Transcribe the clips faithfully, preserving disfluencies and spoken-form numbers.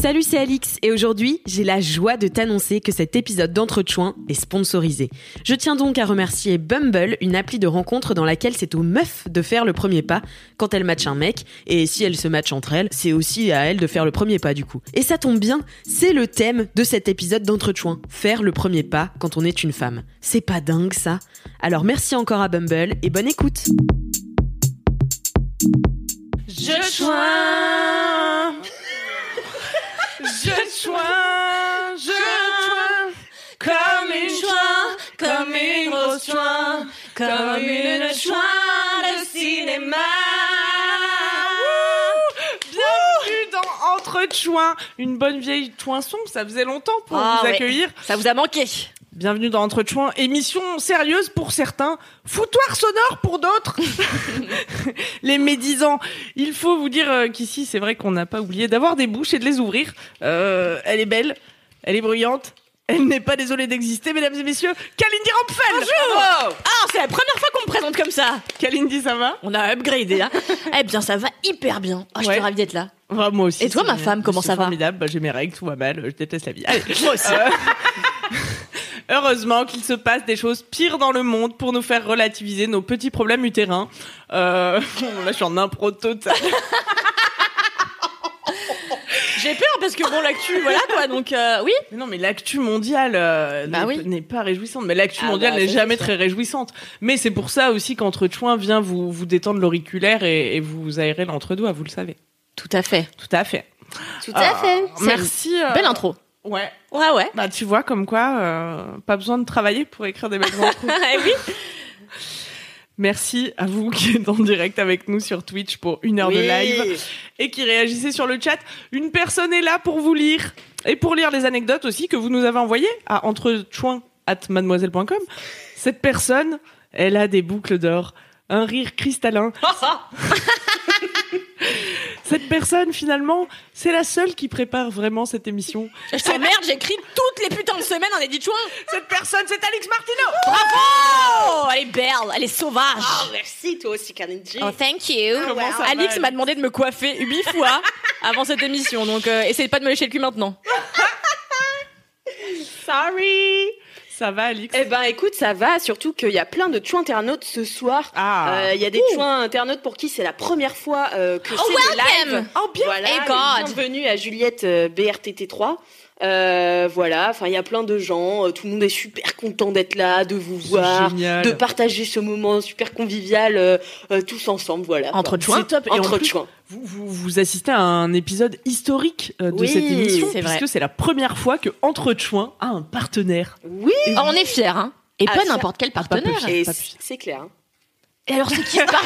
Salut, c'est Alix et aujourd'hui, j'ai la joie de t'annoncer que cet épisode d'Entretchoin est sponsorisé. Je tiens donc à remercier Bumble, une appli de rencontre dans laquelle c'est aux meufs de faire le premier pas quand elles matchent un mec, et si elles se matchent entre elles, c'est aussi à elles de faire le premier pas du coup. Et ça tombe bien, c'est le thème de cet épisode d'Entretchoin, faire le premier pas quand on est une femme. C'est pas dingue ça ? Alors merci encore à Bumble et bonne écoute. Je choins, je choins, je choins, comme une choix, comme une grosse choix, comme une choix de cinéma. Bienvenue dans Entretchoin, une bonne vieille choinson, ça faisait longtemps pour ah, vous ouais. accueillir. Ça vous a manqué. Bienvenue dans Entretchoin, émission sérieuse pour certains, foutoir sonore pour d'autres. Les médisants. Il faut vous dire euh, qu'ici, c'est vrai qu'on n'a pas oublié d'avoir des bouches et de les ouvrir. Euh, elle est belle, elle est bruyante, elle n'est pas désolée d'exister, mesdames et messieurs. Kalindi Rampfel. Bonjour. Ah, c'est la première fois qu'on me présente comme ça. Kalindi, ça va ? On a upgradé là. Eh bien, ça va hyper bien. Oh, je Ouais. suis ravie d'être là. Enfin, moi aussi. Et toi, c'est- ma femme, comment c'est ça va ? Formidable. Bah, j'ai mes règles, tout va mal. Je déteste la vie. Allez. Moi aussi. Euh, Heureusement qu'il se passe des choses pires dans le monde pour nous faire relativiser nos petits problèmes utérins. Euh... Là, je suis en impro totale. J'ai peur parce que bon, l'actu, voilà quoi. Donc euh, oui. Mais non, mais l'actu mondiale euh, Bah n'est, oui. n'est pas réjouissante. Mais l'actu Ah mondiale bah, n'est ça, jamais c'est très réjouissante. Mais c'est pour ça aussi qu'Entretchoin vient vous, vous détendre l'auriculaire et, et vous aérer l'entre-doigt, vous le savez. Tout à fait. Tout à fait. Tout à fait. Euh, C'est merci. une euh, Belle intro. Ouais. Ouais ouais. Bah, tu vois, comme quoi, euh, pas besoin de travailler pour écrire des belles intros. Eh oui. Merci à vous qui êtes en direct avec nous sur Twitch pour une heure Oui. de live et qui réagissez sur le chat. Une personne est là pour vous lire et pour lire les anecdotes aussi que vous nous avez envoyées à entrechoin arobase mademoiselle point com. Cette personne, elle a des boucles d'or, un rire cristallin. Cette personne, finalement, c'est la seule qui prépare vraiment cette émission. Je t'emmerde, j'écris toutes les putains de semaines en édition. Cette personne, c'est Alix Martineau. Bravo. Elle est belle, elle est sauvage. Oh, merci, toi aussi, Kalindi. Oh, thank you. Comment ça va, Alix m'a Alix demandé de me coiffer huit fois avant cette émission, donc euh, essayez pas de me lécher le cul maintenant. Sorry. Ça va, Alix? Eh ben, écoute, ça va, surtout qu'il y a plein de chouins internautes ce soir. Ah. Euh, Il y a des chouins internautes pour qui c'est la première fois euh, que Oh, c'est le welcome. live. Oh, bien. Voilà, Hey, God. bienvenue à Juliette euh, B R T T trois. Euh, voilà, enfin, il y a plein de gens, euh, tout le monde est super content d'être là, de vous voir, Génial. de partager ce moment super convivial euh, euh, tous ensemble, voilà. Entre quoi. chouins. C'est top. Et en Entre plus, chouins. Vous, vous, vous assistez à un épisode historique euh, de Oui, cette émission, c'est puisque vrai. c'est la première fois que Entretchoin a un partenaire. Oui, Oh, on est fiers, hein. Et Ah, pas fiers. n'importe quel Pas partenaire. peu et pas c- plus. c'est clair. hein. Et alors, c'est qui se parle ?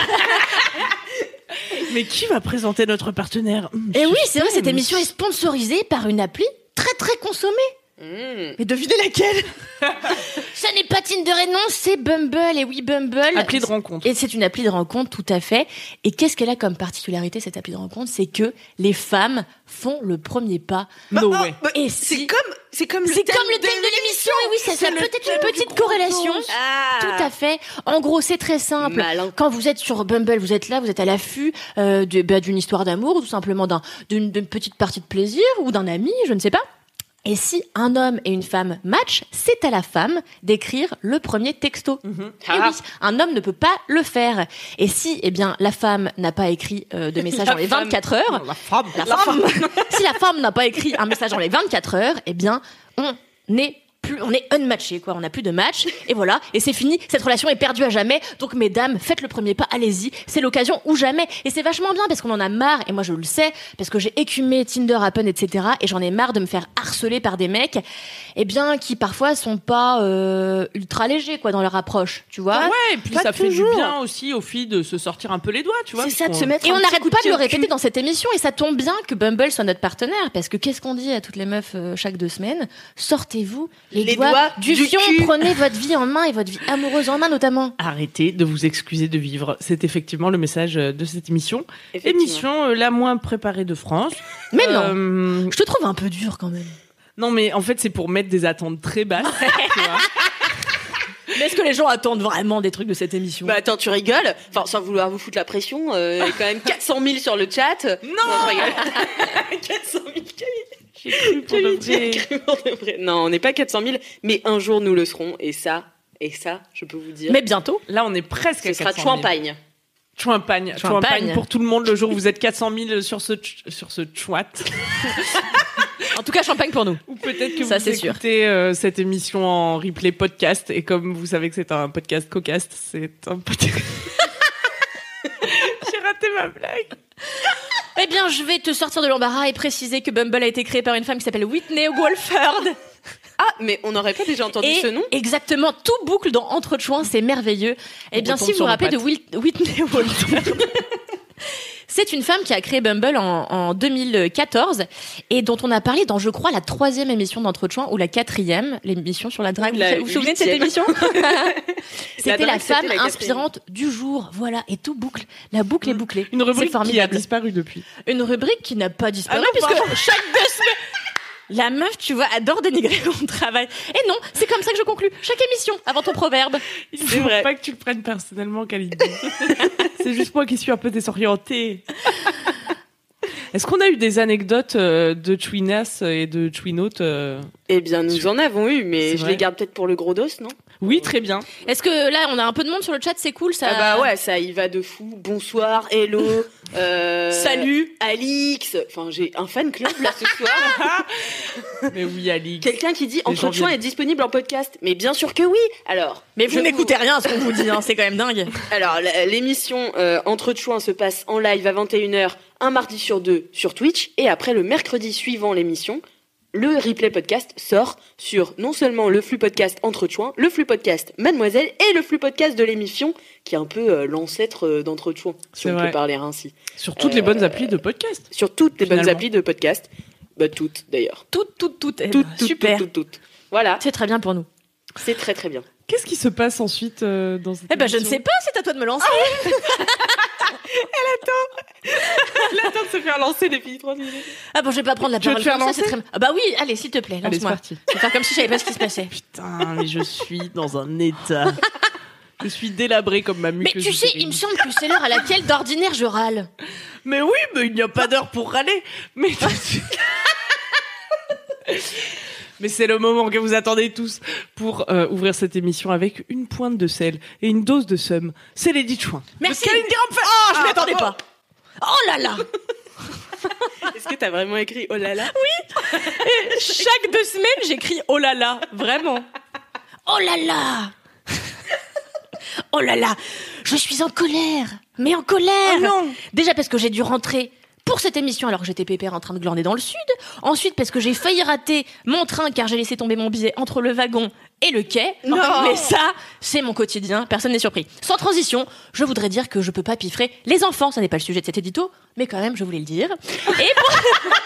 Mais qui va présenter notre partenaire Hum, Et oui, c'est vrai, cette suspense. émission est sponsorisée par une appli très très consommée. Mmh. Mais devinez laquelle ? Ce n'est pas Tinder et non, c'est Bumble. Et oui, Bumble. Appli de rencontre. Et c'est une appli de rencontre, tout à fait. Et qu'est-ce qu'elle a comme particularité, cette appli de rencontre ? C'est que les femmes font le premier pas. No Bah, way. bah, Et c'est si- comme, c'est comme le C'est thème comme le thème de l'émission. Et oui, ça, ça C'est a le peut-être thème une du petite gros corrélation. dos. Ah. Tout à fait. En gros, c'est très simple. Malin. Quand vous êtes sur Bumble, vous êtes là, vous êtes à l'affût euh, de- bah, d'une histoire d'amour, ou tout simplement d'un- d'une d'une petite partie de plaisir, ou d'un ami, je ne sais pas. Et si un homme et une femme matchent, c'est à la femme d'écrire le premier texto. Mhm. Et Ah. oui, un homme ne peut pas le faire. Et si, eh bien, la femme n'a pas écrit euh, de message La dans les femme. vingt-quatre heures, La femme. la femme. si la femme n'a pas écrit un message dans les vingt-quatre heures, eh bien, on n'est plus, on est unmatché, quoi. On n'a plus de match. Et voilà. Et c'est fini. Cette relation est perdue à jamais. Donc, mesdames, faites le premier pas. Allez-y. C'est l'occasion ou jamais. Et c'est vachement bien parce qu'on en a marre. Et moi, je le sais. Parce que j'ai écumé Tinder, Happen, et cetera. Et j'en ai marre de me faire harceler par des mecs, eh bien, qui parfois sont pas, euh, ultra légers, quoi, dans leur approche. Tu vois? Ouais, et puis Pas ça fait toujours. du bien aussi aux filles de se sortir un peu les doigts, tu vois. C'est ça, de parce se qu'on- mettre Et un on petit n'arrête coup pas de pied le au répéter cul. dans cette émission, et ça tombe bien que Bumble soit notre partenaire, parce que qu'est-ce qu'on dit à toutes les meufs euh, chaque deux semaines ? Sortez-vous les, Les doigts, doigts du, du fion, cul. prenez votre vie en main et votre vie amoureuse en main notamment. Arrêtez de vous excuser de vivre. C'est effectivement le message euh, de cette émission. Effectivement. Émission euh, la moins préparée de France. Mais non, Euh, je te trouve un peu dur quand même. Non, mais en fait, c'est pour mettre des attentes très basses. tu vois. Mais est-ce que les gens attendent vraiment des trucs de cette émission ? Bah attends, tu rigoles. Enfin, sans vouloir vous foutre la pression, euh, il y a quand même quatre cent mille sur le chat. Non, je rigole. quatre cent mille. J'ai cru pour de vrai. J'ai cru pour de vrai. Non, on n'est pas quatre cent mille, mais un jour nous le serons. Et ça, et ça, je peux vous dire. Mais bientôt. Là, on est presque Ce à sera quatre cent mille. champagne. Champagne. Champagne pour tout le monde le jour où vous êtes quatre cent mille sur ce, sur ce chouat. En tout cas, champagne pour nous. Ou peut-être que Ça, vous c'est sûr. écoutez euh, cette émission en replay podcast. Et comme vous savez que c'est un podcast cocaste, c'est un podcast... J'ai raté ma blague. Eh bien, je vais te sortir de l'embarras et préciser que Bumble a été créé par une femme qui s'appelle Whitney Wolford. Ah, mais on n'aurait pas déjà entendu Et ce nom? exactement, tout boucle dans Entre Chouins, c'est merveilleux. Eh On bien, retombe si vous sur vous nos rappelez de pattes. Wil- Whitney Wolford, c'est une femme qui a créé Bumble en, en deux mille quatorze et dont on a parlé dans, je crois, la troisième émission d'Entre Chouins ou la quatrième, l'émission sur la drague. La vous vous souvenez de cette huitième. émission? C'était drague, la c'était femme la quatrième. inspirante du jour. Voilà, et tout boucle. La boucle est bouclée. Une rubrique C'est qui a formidable. disparu depuis. Une rubrique qui n'a pas disparu, Ah non, puisque pardon. chaque deux semaines... La meuf, tu vois, adore dénigrer mon travail. Et non, c'est comme ça que je conclue chaque émission, avant ton proverbe. Il C'est faut vrai. pas que tu le prennes personnellement, Khalid. C'est juste moi qui suis un peu désorientée. Est-ce qu'on a eu des anecdotes euh, de Twinas et de Twinote euh Eh bien, nous en avons eu, mais C'est je vrai. les garde peut-être pour le gros dos, non? Oui, très bien. Est-ce que là, on a un peu de monde sur le chat, c'est cool, ça? Ah bah ouais, ça y va de fou. Bonsoir, hello, euh, Salut. Alix. Enfin, j'ai un fan club là ce soir. Mais oui, Alix. Quelqu'un qui dit Les Entre gens Chouins viennent. est disponible en podcast. Mais bien sûr que oui. Alors, Mais vous je n'écoutez rien à ce qu'on vous dit, hein, c'est quand même dingue. Alors, la- l'émission euh, Entre Chouins se passe en live à vingt et une heures, un mardi sur deux sur Twitch. Et après, le mercredi suivant l'émission, le replay podcast sort sur non seulement le flux podcast Entre Chouins, le flux podcast Mademoiselle et le flux podcast de l'émission, qui est un peu euh, l'ancêtre euh, d'Entre Chouins, si C'est on vrai. peut parler ainsi. Sur toutes les Euh, bonnes applis de podcast. Sur toutes les bonnes Finalement. applis de podcast. Bah, toutes, d'ailleurs. Toutes, toutes, toutes. Eh Toutes, ben, toutes, super. toutes, toutes, toutes. Voilà, C'est très bien pour nous. c'est très très bien. Qu'est-ce qui se passe ensuite euh, dans cette Eh ben, je ne émission sais pas, c'est à toi de me lancer. Attends de se faire lancer les filles trois minutes. Ah bon, je vais pas prendre la Tu veux parole te faire comme ça, c'est lancer très... Ah bah oui, allez, s'il te plaît, Allez, c'est lance-moi. parti. Je vais faire comme si je savais pas ce qui se passait. Putain, mais je suis dans un état. Je suis délabrée comme ma Mais muqueuse. tu sais, utérine. il me semble que c'est l'heure à laquelle d'ordinaire je râle. Mais oui, mais il n'y a pas d'heure pour râler. Mais Mais c'est le moment que vous attendez tous pour euh, ouvrir cette émission avec une pointe de sel et une dose de seum. C'est Lady Chouin. Merci. De Kalindi Rampal. Oh, je Ah, m'y attendais bravo. pas. Oh là là. Est-ce que t'as vraiment écrit oh là là? Chaque deux semaines, j'écris oh là là, vraiment. Oh là là. Oh là là. Je suis en colère. Mais en colère. Oh non. Déjà parce que j'ai dû rentrer pour cette émission alors que j'étais pépère en train de glander dans le sud. Ensuite parce que j'ai failli rater mon train car j'ai laissé tomber mon billet entre le wagon et le quai. Non. Mais ça, c'est mon quotidien, personne n'est surpris. Sans transition, je voudrais dire que je peux pas piffrer les enfants, ça n'est pas le sujet de cet édito, mais quand même, je voulais le dire. Et, pour-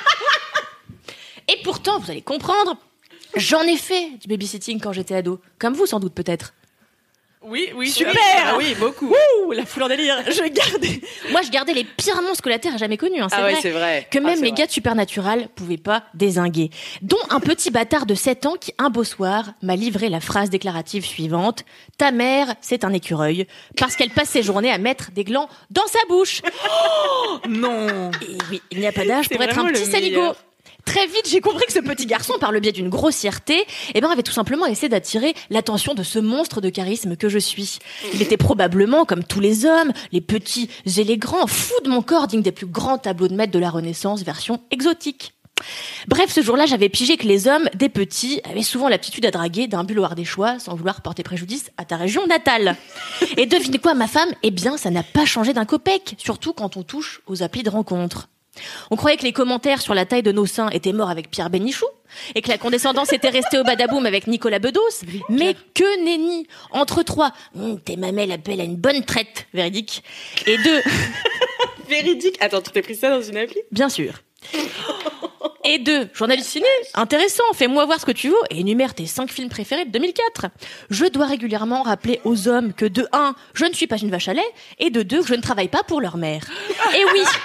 et pourtant, vous allez comprendre, j'en ai fait du babysitting quand j'étais ado, comme vous sans doute peut-être. Oui, oui. Super. Ah oui, beaucoup. Ouh, la foule en délire. Je gardais. Moi, je gardais les pires monstres que la Terre a jamais connus. Hein, c'est Ah ouais, vrai. c'est vrai. Que Ah, même c'est les vrai. gars de Supernatural pouvaient pas dézinguer. Dont un petit bâtard de sept ans qui, un beau soir, m'a livré la phrase déclarative suivante. Ta mère, c'est un écureuil. Parce qu'elle passe ses journées à mettre des glands dans sa bouche. Non. Et oui, il n'y a pas d'âge C'est pour être un vraiment petit le saligo. meilleur. Très vite, j'ai compris que ce petit garçon, par le biais d'une grossièreté, eh ben, avait tout simplement essayé d'attirer l'attention de ce monstre de charisme que je suis. Il était probablement, comme tous les hommes, les petits et les grands, fou de mon corps, digne des plus grands tableaux de maître de la Renaissance, version exotique. Bref, ce jour-là, j'avais pigé que les hommes, des petits, avaient souvent l'aptitude à draguer d'un but au Ardéchois sans vouloir porter préjudice à ta région natale. Et devinez quoi, ma femme? Eh bien, ça n'a pas changé d'un copec, surtout quand on touche aux applis de rencontre. On croyait que les commentaires sur la taille de nos seins étaient morts avec Pierre Bénichou et que la condescendance était restée au badaboum avec Nicolas Bedos. Mais que nenni! Entre trois, hum, tes mamelles appellent à une bonne traite, véridique. Et deux, Véridique. Attends, tu t'es pris ça dans une appli? bien sûr. Et deux, j'en halluciné. Intéressant, fais-moi voir ce que tu vaux et énumère tes cinq films préférés de deux mille quatre. Je dois régulièrement rappeler aux hommes que de un, je ne suis pas une vache à lait et de deux, que je ne travaille pas pour leur mère. Et oui,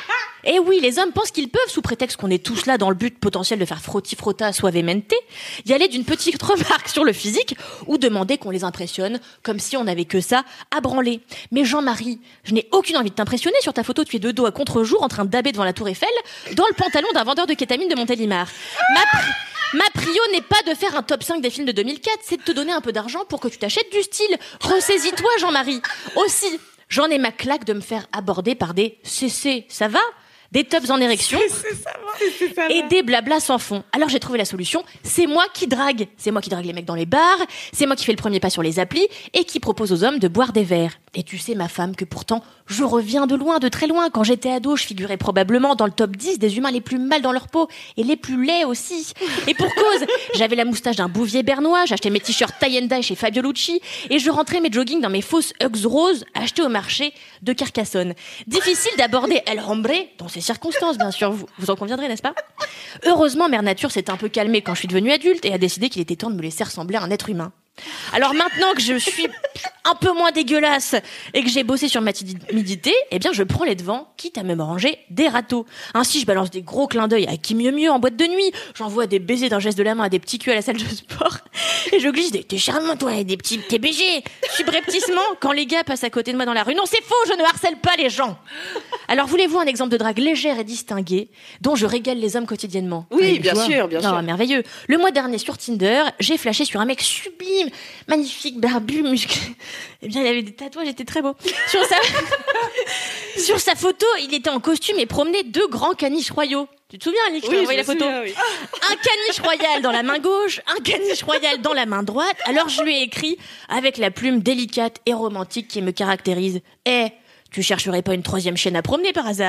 Et oui, les hommes pensent qu'ils peuvent, sous prétexte qu'on est tous là dans le but potentiel de faire frotti-frotta suavemente, y aller d'une petite remarque sur le physique ou demander qu'on les impressionne comme si on n'avait que ça à branler. Mais Jean-Marie, je n'ai aucune envie de t'impressionner. Sur ta photo, tu es de dos à contre-jour en train de daber devant la tour Eiffel dans le pantalon d'un vendeur de kétamine de Montélimar. Ma pri- Ma prio n'est pas de faire un top cinq des films de deux mille quatre, c'est de te donner un peu d'argent pour que tu t'achètes du style. Ressaisis-toi, Jean-Marie. Aussi, j'en ai ma claque de me faire aborder par des C C, ça va ? Des tops en érection C'est ça, c'est ça. et des blablas sans fond. Alors j'ai trouvé la solution, c'est moi qui drague. C'est moi qui drague les mecs dans les bars, c'est moi qui fais le premier pas sur les applis et qui propose aux hommes de boire des verres. Et tu sais, ma femme, que pourtant, je reviens de loin, de très loin. Quand j'étais ado, je figurais probablement dans le top dix des humains les plus mal dans leur peau et les plus laids aussi. Et pour cause, j'avais la moustache d'un bouvier bernois, j'achetais mes t-shirts tie and dye chez Fabio Lucci et je rentrais mes joggings dans mes fausses Uggs roses achetées au marché de Carcassonne. Difficile d'aborder El Hombre dans ces circonstances, bien sûr, vous, vous en conviendrez, n'est-ce pas ? Heureusement, Mère Nature s'est un peu calmée quand je suis devenue adulte et a décidé qu'il était temps de me laisser ressembler à un être humain. Alors maintenant que je suis un peu moins dégueulasse et que j'ai bossé sur ma timidité, eh bien je prends les devants, quitte à me ranger des râteaux. Ainsi, je balance des gros clins d'œil à qui mieux mieux en boîte de nuit. J'envoie des baisers d'un geste de la main à des petits culs à la salle de sport. Et je glisse des « T'es charmant, toi, et des petits T B G » subrepticement quand les gars passent à côté de moi dans la rue. Non, c'est faux, je ne harcèle pas les gens. Alors, voulez-vous un exemple de drague légère et distinguée dont je régale les hommes quotidiennement ? Oui, Allez, bien tu vois. sûr, bien Non, sûr. merveilleux. Le mois dernier, sur Tinder, j'ai flashé sur un mec sublime, magnifique, barbu, musclé. Eh bien, il avait des tatouages, il était très beau. Sur sa... sur sa photo, il était en costume et promenait deux grands caniches royaux. Tu te souviens, Alix, tu as Oui, envoyé je la me photo. souviens, oui. Un caniche royal dans la main gauche, un caniche royal dans la main droite. Alors je lui ai écrit, avec la plume délicate et romantique qui me caractérise, « Eh, tu chercherais pas une troisième chaîne à promener par hasard ?»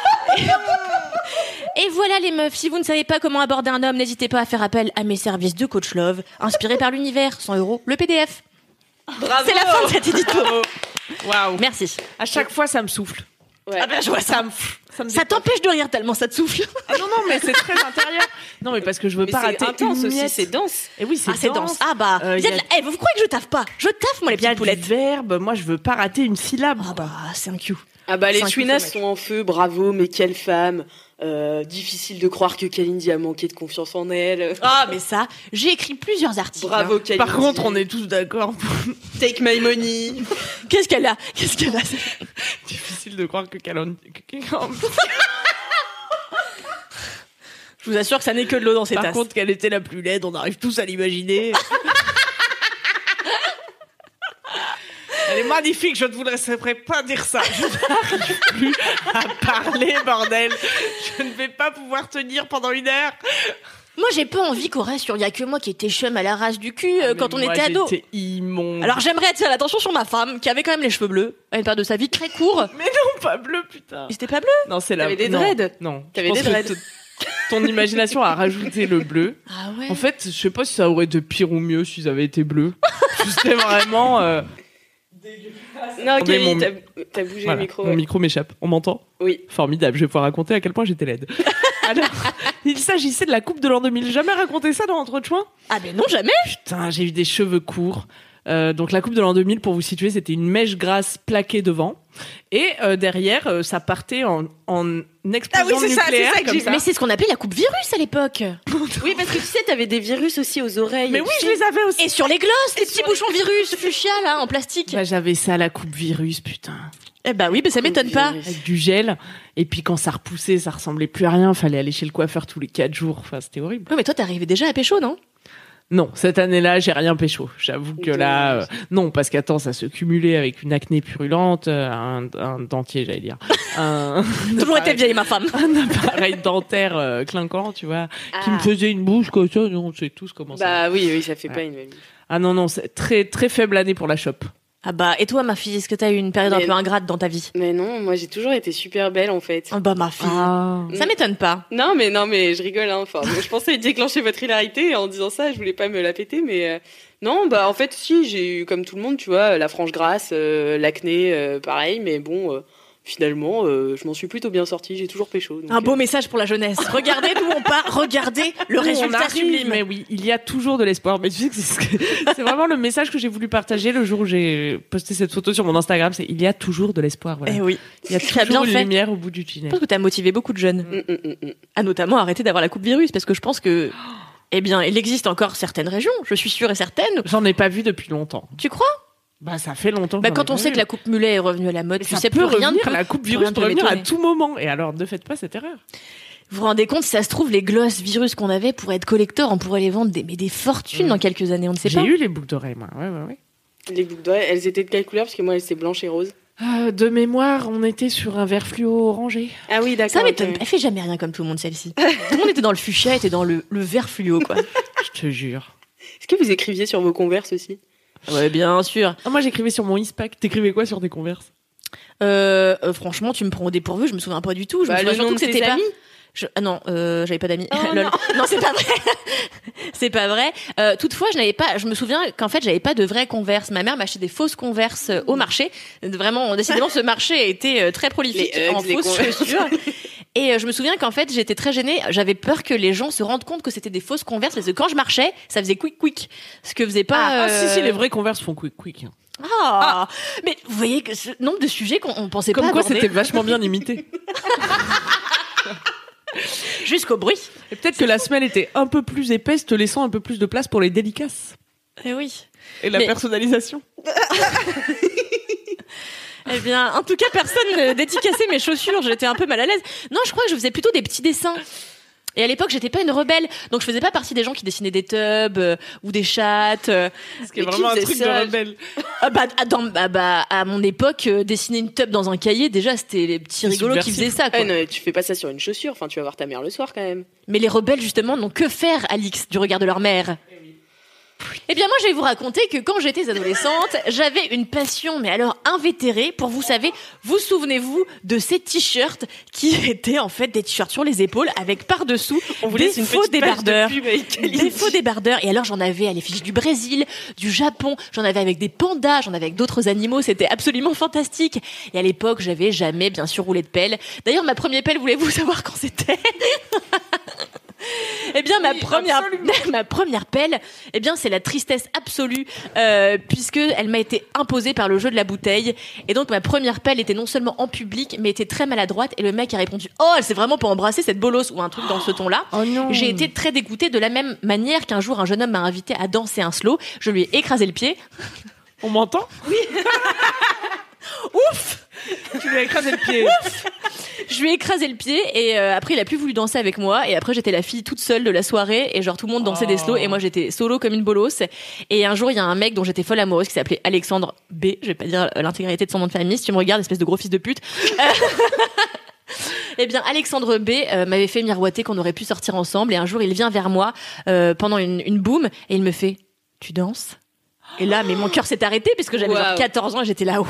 Et voilà les meufs, si vous ne savez pas comment aborder un homme, n'hésitez pas à faire appel à mes services de coach love, inspirés par l'univers, cent euros, le P D F. Bravo. C'est la fin de cet édito. Bravo. Waouh. Merci. À chaque fois, ça me souffle. Ouais. Ah ben je vois ça. Ça me, ça me Ça t'empêche de rire tellement ça te souffle. Ah non, non, mais c'est très intérieur. Non, mais parce que je veux Mais pas c'est rater intense une aussi, miette. c'est dense. Et oui, c'est Ah c'est dense. Ah bah, Euh, vous, y êtes a- là- eh, vous croyez que je taffe pas ? Je taffe moi les Il y a petites du poulettes. verbe, moi je veux pas rater une syllabe. Ah quoi. bah, c'est un cue. Ah bah les Cinq chouinas kilomètres. sont en feu, bravo, mais quelle femme. Euh, difficile de croire que Kalindi a manqué de confiance en elle. Ah mais ça, j'ai écrit plusieurs articles. Bravo hein. Kalindi. Par contre, on est tous d'accord. Take my money. Qu'est-ce qu'elle a ? Qu'est-ce qu'elle a ? Difficile de croire que Calon... que- que- Je vous assure que ça n'est que de l'eau dans ces Par tasses. contre, qu'elle était la plus laide, on arrive tous à l'imaginer. Elle est magnifique, je ne vous laisserai pas dire ça. Je n'arrive plus à parler, bordel. Je ne vais pas pouvoir tenir pendant une heure. Moi j'ai peu envie qu'on reste sur y a que moi qui était chum à la race du cul euh, Ah, quand on mais moi, était ado. J'étais immonde. Alors j'aimerais attirer l'attention sur ma femme qui avait quand même les cheveux bleus à une période de sa vie très court. Mais non, pas bleu, putain. Et c'était pas bleu. Non, c'est la... T'avais des non, dreads Non. T'avais Je des pense que dreads t- Ton imagination a rajouté le bleu. Ah ouais. En fait, je sais pas si ça aurait été pire ou mieux s'ils avaient été bleus. C'était vraiment... euh, Non, Mais Kalindi, mon- t'as t'as bougé voilà, le micro. mon ouais. micro m'échappe. On m'entend ? Oui. Formidable, je vais pouvoir raconter à quel point j'étais laide. Alors, il s'agissait de la coupe de l'an deux mille. J'ai jamais raconté ça dans Entre Chouins ? Ah mais non jamais. Putain, j'ai eu des cheveux courts. Euh, donc la coupe de l'an deux mille, pour vous situer, c'était une mèche grasse plaquée devant. Et euh, derrière, euh, ça partait en, en explosion Ah oui, c'est ça, c'est nucléaire ça que comme j'ai ça. Mais c'est ce qu'on appelait la coupe virus à l'époque. Oui, parce que tu sais, t'avais des virus aussi aux oreilles. Mais tu oui, je sais. les avais aussi. Et sur les glosses, les petits sur bouchons virus fuchsia là en plastique. Bah, j'avais ça, la coupe virus, putain. Eh bah oui, mais ça m'étonne pas. Virus. Avec du gel. Et puis quand ça repoussait, ça ressemblait plus à rien. Fallait aller chez le coiffeur tous les quatre jours. Enfin, c'était horrible. Oui, mais toi t'arrivais déjà à pécho, non ? Non, cette année-là, j'ai rien pécho. J'avoue que là, euh, non, parce qu'attends, ça se cumulait avec une acné purulente, euh, un, un dentier, j'allais dire, un, Toujours été vieille ma femme. un appareil dentaire euh, clinquant, tu vois, qui Ah. me faisait une bouche comme ça. Non, on sait tous comment ça. Bah oui, oui, ça fait Ouais. pas une belle. Ah non, non, c'est très très faible année pour la chope. Ah bah et toi ma fille, est-ce que t'as eu une période Mais- un peu ingrate dans ta vie ? Mais non, moi j'ai toujours été super belle en fait. Ah bah ma fille. Ah. Ça m'étonne pas. Non, mais non, mais je rigole. Hein. Enfin, je pensais déclencher votre hilarité en disant ça. Je voulais pas me la péter, mais euh, non, bah en fait, si j'ai eu comme tout le monde, tu vois, la frange grasse, euh, l'acné, euh, pareil. Mais bon, euh, finalement, euh, je m'en suis plutôt bien sortie. J'ai toujours pécho. Donc, Un beau euh... message pour la jeunesse. Regardez d'où on part. Regardez le Nous, résultat on arrive, sublime. Mais oui, il y a toujours de l'espoir. Mais tu sais que c'est, ce que... c'est vraiment le message que j'ai voulu partager le jour où j'ai posté cette photo sur mon Instagram. C'est il y a toujours de l'espoir. Voilà. Eh oui. Il y a Tu as toujours bien une fait. lumière au bout du Je tunnel. pense que tu as motivé beaucoup de jeunes Mm, mm, mm, mm. à notamment arrêter d'avoir la coupe virus parce que je pense que, eh bien, il existe encore certaines régions, je suis sûre et certaine. J'en ai pas vu depuis longtemps. Tu crois? Bah ça fait longtemps. que Bah, j'en quand ai on pas sait vu. que la coupe mulet est revenue à la mode, Mais tu ça sais peut plus rien revenir, de la coupe plus virus rien peut peut revenir à m'étonner. tout moment. Et alors ne faites pas cette erreur. Vous vous rendez compte, si ça se trouve, les glosses virus qu'on avait pour être collector, on pourrait les vendre des, mais des fortunes Mm. dans quelques années, on ne sait J'ai pas. eu les boucles d'oreilles, moi. Ouais, ouais, ouais. Les boucles d'oreilles, elles étaient de quelle couleur? Parce que moi, elles étaient blanches et roses. Euh, de mémoire, on était sur un vert fluo orangé. Ah oui, d'accord. Ça m'étonne, ok. elle fait jamais rien comme tout le monde, celle-ci. Tout le monde était dans le fuchsia, était dans le, le vert fluo, quoi. Je te jure. Est-ce que vous écriviez sur vos Converse aussi? Ouais, bien sûr. Ah, moi j'écrivais sur mon ISPAC. T'écrivais quoi sur tes Converse? Euh, euh, franchement, tu me prends au dépourvu, je me souviens pas du tout. Je Bah, me souviens le nom surtout de que tes c'était pas. amis. Je- Ah non, euh, j'avais pas d'amis. Oh, Lol. non. non, c'est pas vrai. c'est pas vrai. Euh, toutefois, je n'avais pas. Je me souviens qu'en fait, j'avais pas de vraies Converse. Ma mère m'achetait des fausses Converse euh, au marché. Vraiment, décidément, ce marché a été euh, très prolifique Les Uggs, en les fausses Converse. chaussures. Et euh, je me souviens qu'en fait, j'étais très gênée. J'avais peur que les gens se rendent compte que c'était des fausses Converse parce que quand je marchais, ça faisait quick quick. Ce que faisait pas. Ah, euh, si, si, les vrais Converse font quick quick. hein. Ah, mais vous voyez que ce nombre de sujets qu'on on pensait Comme pas quoi, aborder c'était vachement bien imité. jusqu'au bruit. Et peut-être que la semelle était un peu plus épaisse, te laissant un peu plus de place pour les dédicaces Eh oui. et la Mais- personnalisation. Eh bien, en tout cas, personne ne dédicaçait mes chaussures. J'étais un peu mal à l'aise. Non, je crois que je faisais plutôt des petits dessins. Et à l'époque, j'étais pas une rebelle, donc je faisais pas partie des gens qui dessinaient des tubs euh, ou des chattes. euh. Ce qui est Mais vraiment qui un faisait truc de ça rebelle. Ah bah, à- dans- bah, bah, à mon époque, euh, dessiner une tub dans un cahier, déjà, c'était les petits C'est rigolos qui subversif. faisaient ça. Quoi. Ah non, mais tu fais pas ça sur une chaussure. Enfin, tu vas voir ta mère le soir quand même. Mais les rebelles, justement, n'ont que faire, Alix, du regard de leur mère. Eh bien, moi, je vais vous raconter que quand j'étais adolescente, j'avais une passion, mais alors invétérée, pour, vous savez, vous souvenez-vous de ces t-shirts qui étaient en fait des t-shirts sur les épaules avec par-dessous On vous des laisse une faux petite page de débardeurs. pub avec Des Kalindi. faux débardeurs. Et alors, j'en avais à l'effigie du Brésil, du Japon, j'en avais avec des pandas, j'en avais avec d'autres animaux, c'était absolument fantastique. Et à l'époque, j'avais jamais, bien sûr, roulé de pelle. D'ailleurs, ma première pelle, voulez-vous savoir quand c'était? Eh bien, ma première, ma première pelle, eh bien, c'est la tristesse absolue, euh, puisque elle m'a été imposée par le jeu de la bouteille. Et donc, ma première pelle était non seulement en public, mais était très maladroite. Et le mec a répondu, oh, elle s'est vraiment pas embrassée, cette bolosse, ou un truc dans ce ton-là. Oh non. J'ai été très dégoûtée de la même manière qu'un jour un jeune homme m'a invité à danser un slow. Je lui ai écrasé le pied. On m'entend? Ouf! Tu lui as écrasé le pied. Je lui ai écrasé le pied et euh, après il a plus voulu danser avec moi et après j'étais la fille toute seule de la soirée et genre tout le monde dansait Oh. des slows et moi j'étais solo comme une bolosse. Et un jour il y a un mec dont j'étais folle amoureuse qui s'appelait Alexandre B. Je vais pas dire l'intégralité de son nom de famille si tu me regardes, espèce de gros fils de pute. Eh bien, Alexandre B euh, m'avait fait miroiter qu'on aurait pu sortir ensemble et un jour il vient vers moi euh, pendant une, une boum et il me fait « Tu danses ?» Et là, mais mon cœur s'est arrêté puisque j'avais genre Wow. quatorze ans et j'étais là « What ?»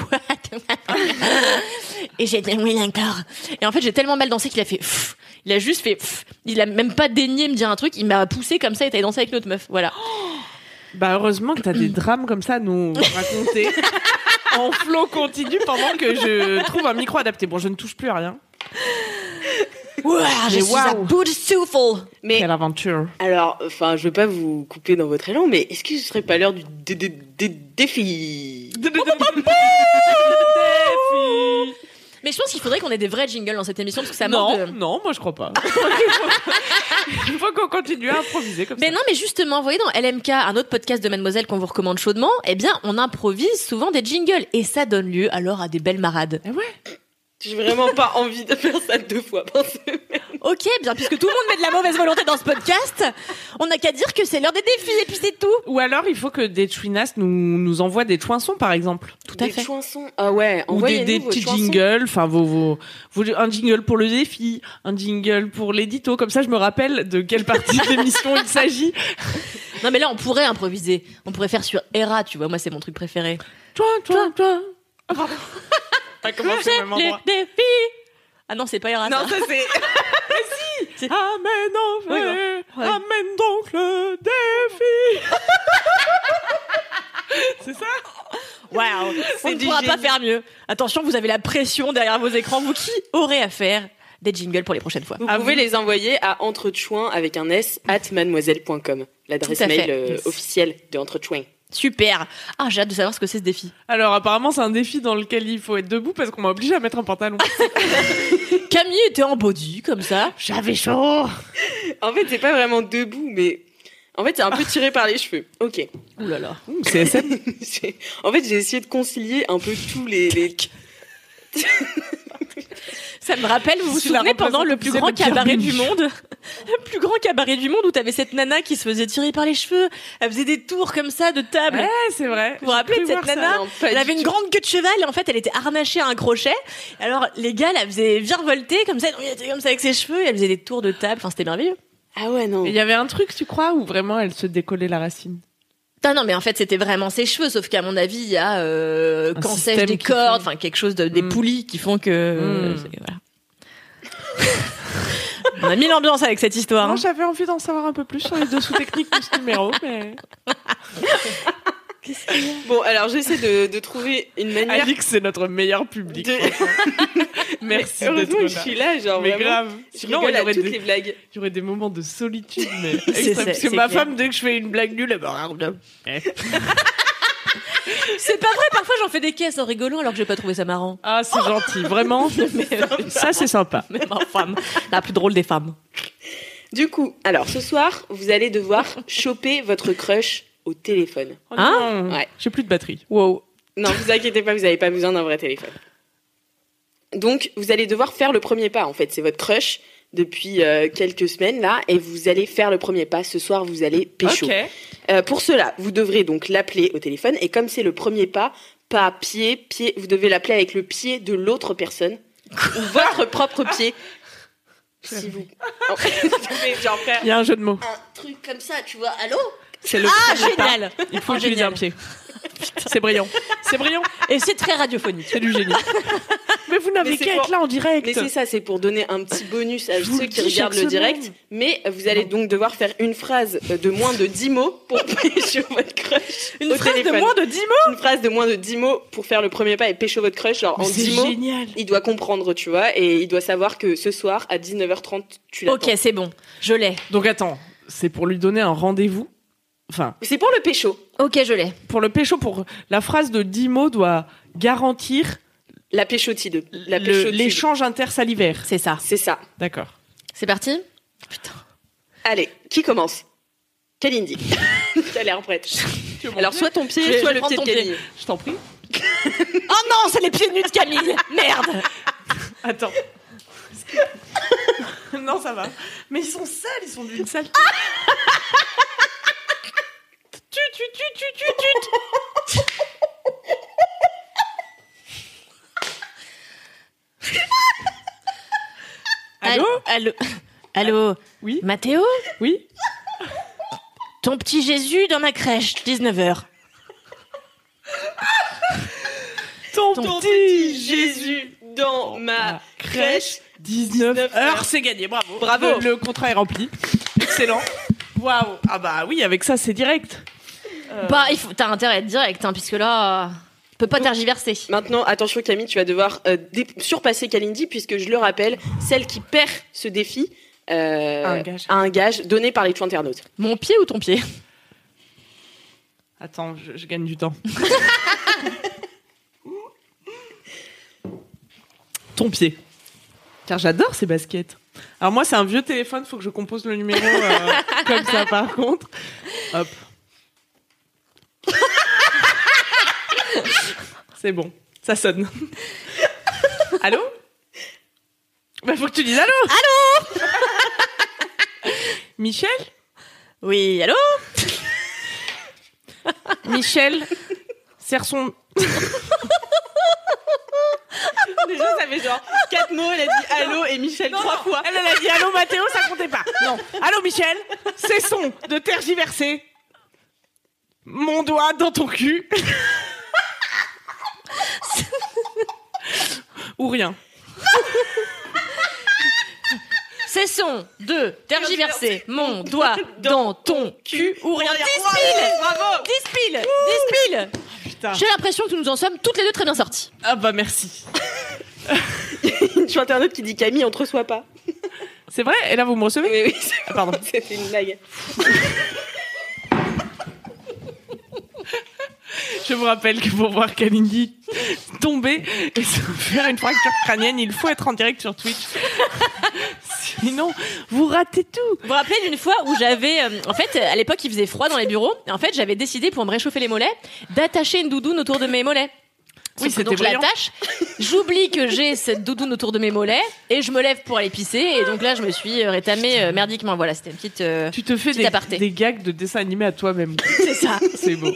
Et j'ai dit « Oui, d'accord. » Et en fait, j'ai tellement mal dansé qu'il a fait Pff. Il a juste fait Pff. Il a même pas daigné me dire un truc, il m'a poussé comme ça et t'allais danser avec une autre meuf. Voilà. Bah heureusement que t'as des drames comme ça à nous raconter en flow continu pendant que je trouve un micro adapté. Bon, je ne touche plus à rien. Ouah, je Mais suis à waouh. bout de souffle. Mais Quelle aventure. alors, enfin, je veux pas vous couper dans votre élan, mais est-ce que ce serait pas l'heure du dé- dé- dé- défi? Mais je pense qu'il faudrait qu'on ait des vrais jingles dans cette émission parce que ça Non, manque de... non, moi je crois pas. Il faut qu'on continue à improviser comme Mais ça. non, mais justement, vous voyez, dans L M K, un autre podcast de Mademoiselle qu'on vous recommande chaudement, eh bien, on improvise souvent des jingles. Et ça donne lieu, alors, à des belles marades. Eh ouais. J'ai vraiment pas envie de faire ça deux fois par semaine. Ok, bien, puisque tout le monde met de la mauvaise volonté dans ce podcast, on n'a qu'à dire que c'est l'heure des défis, et puis c'est tout. Ou alors il faut que des chouinas nous, nous envoient des chouinsons par exemple. Tout à Des fait. chansons. Ah ouais, Ou des, envoyez-nous des vos petits chansons. jingles, enfin vos, vos, vos- un jingle pour le défi, un jingle pour l'édito, comme ça je me rappelle de quelle partie de l'émission il s'agit. Non, mais là, on pourrait improviser. On pourrait faire sur Era, tu vois, moi, c'est mon truc préféré. Toi, toi, toi. Ah, pardon. Pas commencé au même Les endroit. défis. Ah non, c'est pas Era, Non, ça. ça c'est. Amène en Oui, vrai, ouais. amène donc le défi. C'est ça? Waouh, on ne du pourra pas génie. faire mieux. Attention, vous avez la pression derrière vos écrans. Vous qui aurez à faire des jingles pour les prochaines fois. Vous Ah, pouvez vous- les envoyer à entrechouin avec un S at mademoiselle point com, l'adresse Tout à mail fait. euh, Yes. officielle de Entrechouin. Super. Ah, j'ai hâte de savoir ce que c'est ce défi. Alors apparemment c'est un défi dans lequel il faut être debout parce qu'on m'a obligé à mettre un pantalon. Camille était en body comme ça. J'avais chaud. En fait, c'est pas vraiment debout, mais en fait, c'est un peu tiré par les cheveux. Ok. Ouh là là. C'est S M. J'ai- en fait, j'ai essayé de concilier un peu tous les. les... Ça me rappelle, vous vous C'est la souvenez pendant le plus grand représentation cabaret de du monde, le plus grand cabaret du monde où t'avais cette nana qui se faisait tirer par les cheveux, elle faisait des tours comme ça de table. Ouais, c'est vrai. Vous vous rappelez de J'ai cette cru voir nana ça. Non, pas Elle du avait une tout. grande queue de cheval et en fait elle était harnachée à un crochet. Alors les gars la faisaient virevolter comme ça, elle était comme ça avec ses cheveux et elle faisait des tours de table. Enfin c'était merveilleux. Ah ouais, non. Il y avait un truc, tu crois, où vraiment elle se décollait la racine. Non, non, mais en fait, c'était vraiment ses cheveux, sauf qu'à mon avis, il y a euh, Un quand système sèche des qui cordes, fait- enfin quelque chose de des Mm. poulies qui font que Mm. c'est- voilà. On a mis l'ambiance avec cette histoire. Non, hein. j'avais envie d'en savoir un peu plus sur les dessous techniques de ce numéro, mais Bon, alors j'essaie de, de trouver une manière. Alix, c'est notre meilleur public. De- Merci Heureusement d'être que là. je suis là, genre Mais vraiment. grave. Je Sinon, rigole il y à aurait toutes des, les blagues. il y aurait des moments de solitude, mais C'est- extrêmes. c'est- Parce que c'est ma clair. femme, dès que je fais une blague nulle, elle me regarde. Eh. C'est pas vrai, parfois j'en fais des caisses en rigolant alors que j'ai pas trouvé ça marrant. Ah, c'est gentil, vraiment. Ça, c'est sympa. Même en femme, la plus drôle des femmes. Du coup, alors ce soir, vous allez devoir choper votre crush au téléphone. Oh Hein non. Ouais. J'ai plus de batterie. Wow. Non, vous inquiétez pas, vous n'avez pas besoin d'un vrai téléphone. Donc, vous allez devoir faire le premier pas. En fait, c'est votre crush depuis euh, quelques semaines là, et vous allez faire le premier pas. Ce soir, vous allez pécho. Ok. Euh, pour cela, vous devrez donc l'appeler au téléphone, et comme c'est le premier pas, pas pied, pied, vous devez l'appeler avec le pied de l'autre personne ou votre propre pied. Si vous. Oh, mais genre faire Il y a un jeu de mots. un truc comme ça, tu vois. Allô? C'est le Ah, premier pas. génial. Il faut Oh, utiliser génial. un pied. C'est brillant. C'est brillant. Et c'est très radiophonique. C'est du génie. Mais vous n'avez Mais c'est qu'à pour- être là en direct. Mais c'est ça, c'est pour donner un petit bonus à Je vous ceux le qui dis regardent chaque le direct. semaine. Mais vous allez donc devoir faire une phrase de moins de dix mots pour pécho votre crush. Une au phrase téléphone. de moins de dix mots. Une phrase de moins de dix mots pour faire le premier pas et pécho votre crush. Genre en Mais c'est dix mots, génial. il doit comprendre, tu vois, et il doit savoir que ce soir à dix-neuf heures trente, tu l'attends. Ok, c'est bon. Je l'ai. Donc attends, c'est pour lui donner un rendez-vous. Enfin, C'est pour le pécho. Ok, je l'ai. pour le pécho, pour la phrase de dix mots doit garantir La péchotide. La le- péchotide. l'échange intersalivaire. C'est ça. C'est ça. D'accord. C'est parti. Allez, qui commence? Kalindi. T'as l'air prête. Tu veux Alors monter soit ton pied, Je vais- soit je vais le pied de prendre ton Camille. Je t'en prie. Oh non, c'est les pieds nus de Camille. Merde. Attends. Non, ça va. Mais ils sont sales, ils sont d'une saleté. Tu, tu, tu, tu, tu, tu. Allô? Allô. Allô. Oui, Mathéo, oui. ton petit Jésus dans ma crèche, dix-neuf heures. Ton, Ton petit petit Jésus dans ma crèche. dix-neuf dix-neuf heures, heures. c'est gagné, bravo. Bravo. Le, le contrat est rempli. Excellent. Waouh. Ah bah oui, avec ça, c'est direct. Bah, il faut, t'as intérêt à être direct, hein, puisque là, euh, peut pas tergiverser. Maintenant, attention Camille, tu vas devoir euh, dé- surpasser Kalindi puisque je le rappelle, celle qui perd ce défi euh, A un gage. a un gage donné par les two internautes. Mon pied ou ton pied? Attends, je, je gagne du temps. Ton pied. Car j'adore ces baskets. Alors moi, c'est un vieux téléphone, faut que je compose le numéro euh, comme ça par contre. Hop. C'est bon, ça sonne. Allô? Bah faut que tu dises allô. Allô? Michel? Oui, allô? Michel serre son... Déjà, ça fait genre quatre mots, elle a dit allô et Michel trois fois. Elle, elle a dit allô Mathéo, ça comptait pas. Non. Allô Michel, cessons de tergiverser. Mon doigt dans ton cul. Ou rien. Cessons de tergiverser mon doigt dans ton cul ou rien. dix piles! Bravo. dix piles! dix piles! putain. J'ai l'impression que nous nous en sommes toutes les deux très bien sorties. Ah bah merci. Une sur internet qui dit Camille, on te reçoit pas. C'est vrai? Et là, vous me recevez? Oui, oui, c'est... Ah, pardon. C'était une blague. Je vous rappelle que pour voir Kalindi tomber et se faire une fracture crânienne, il faut être en direct sur Twitch. Sinon, vous ratez tout. Vous vous rappelez d'une fois où j'avais... euh, en fait, à l'époque, il faisait froid dans les bureaux. Et en fait, j'avais décidé, pour me réchauffer les mollets, d'attacher une doudoune autour de mes mollets. Oui, Sauf que c'était donc je brillant. l'attache, j'oublie que j'ai cette doudoune autour de mes mollets et je me lève pour aller pisser et donc là je me suis euh, rétamée euh, merdiquement. Voilà, c'était une petite euh, Tu te fais Petit des, aparté. des gags de dessin animé à toi-même. c'est ça. C'est beau.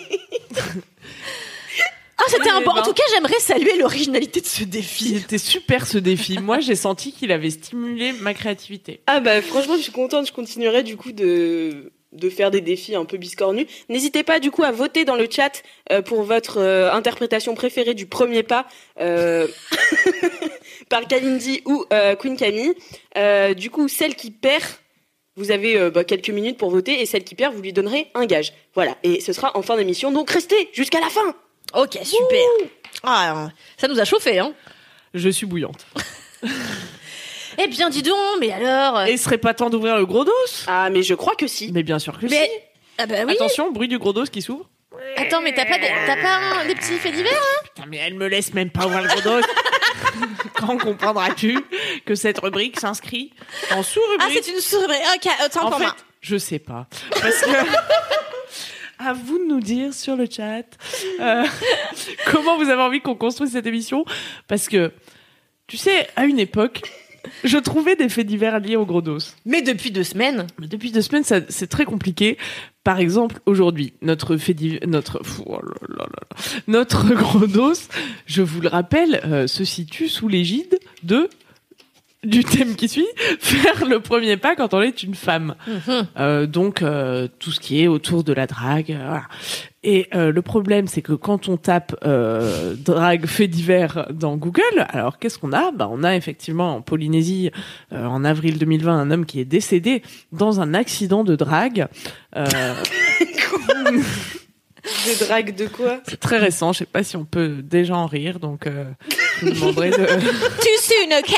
Ah, c'était un Ouais, bon. En ben. tout cas, j'aimerais saluer l'originalité de ce défi. C'était super ce défi. Moi, j'ai senti qu'il avait stimulé ma créativité. Ah bah franchement, je suis contente. Je continuerai du coup de de faire des défis un peu biscornus. N'hésitez pas du coup à voter dans le chat euh, pour votre euh, interprétation préférée du premier pas euh, par Kalindi ou euh, Queen Camille. Euh, du coup, celle qui perd, vous avez euh, bah, quelques minutes pour voter, et celle qui perd, vous lui donnerez un gage. Voilà, et ce sera en fin d'émission, donc restez jusqu'à la fin. Ok, super. Ah, ça nous a chauffé, hein. Je suis bouillante. Eh bien, dis donc, mais alors. Et ce serait pas temps d'ouvrir le gros dos? Ah, mais je crois que si. Mais bien sûr que Mais. si. Ah bah oui. Attention, bruit du gros dos qui s'ouvre. Attends, mais t'as pas, des, t'as pas un- des petits faits divers hein Putain, mais elle me laisse même pas ouvrir le gros dos. Quand comprendras-tu que cette rubrique s'inscrit en sous-rubrique? Ah, c'est une souris. Ok, autant En pour fait, moi. je sais pas. Parce que... À vous de nous dire sur le chat euh, comment vous avez envie qu'on construise cette émission. Parce que, tu sais, à une époque, je trouvais des faits divers liés au gros dos. Mais depuis deux semaines. Mais depuis deux semaines, ça, c'est très compliqué. Par exemple, aujourd'hui, notre fait div- notre, pff, oh là là là là. notre gros dos, je vous le rappelle, euh, se situe sous l'égide de du thème qui suit, faire le premier pas quand on est une femme. Mhm. Euh, donc euh, tout ce qui est autour de la drague. euh, voilà. Et euh, le problème, c'est que quand on tape euh, drague fait divers dans Google, alors qu'est-ce qu'on a? Bah, on a effectivement en Polynésie, euh, en avril deux mille vingt, un homme qui est décédé dans un accident de drague. Euh, De drague de quoi? c'est très récent, je sais pas si on peut déjà en rire, donc euh, je vous demanderai de... Too soon, ok?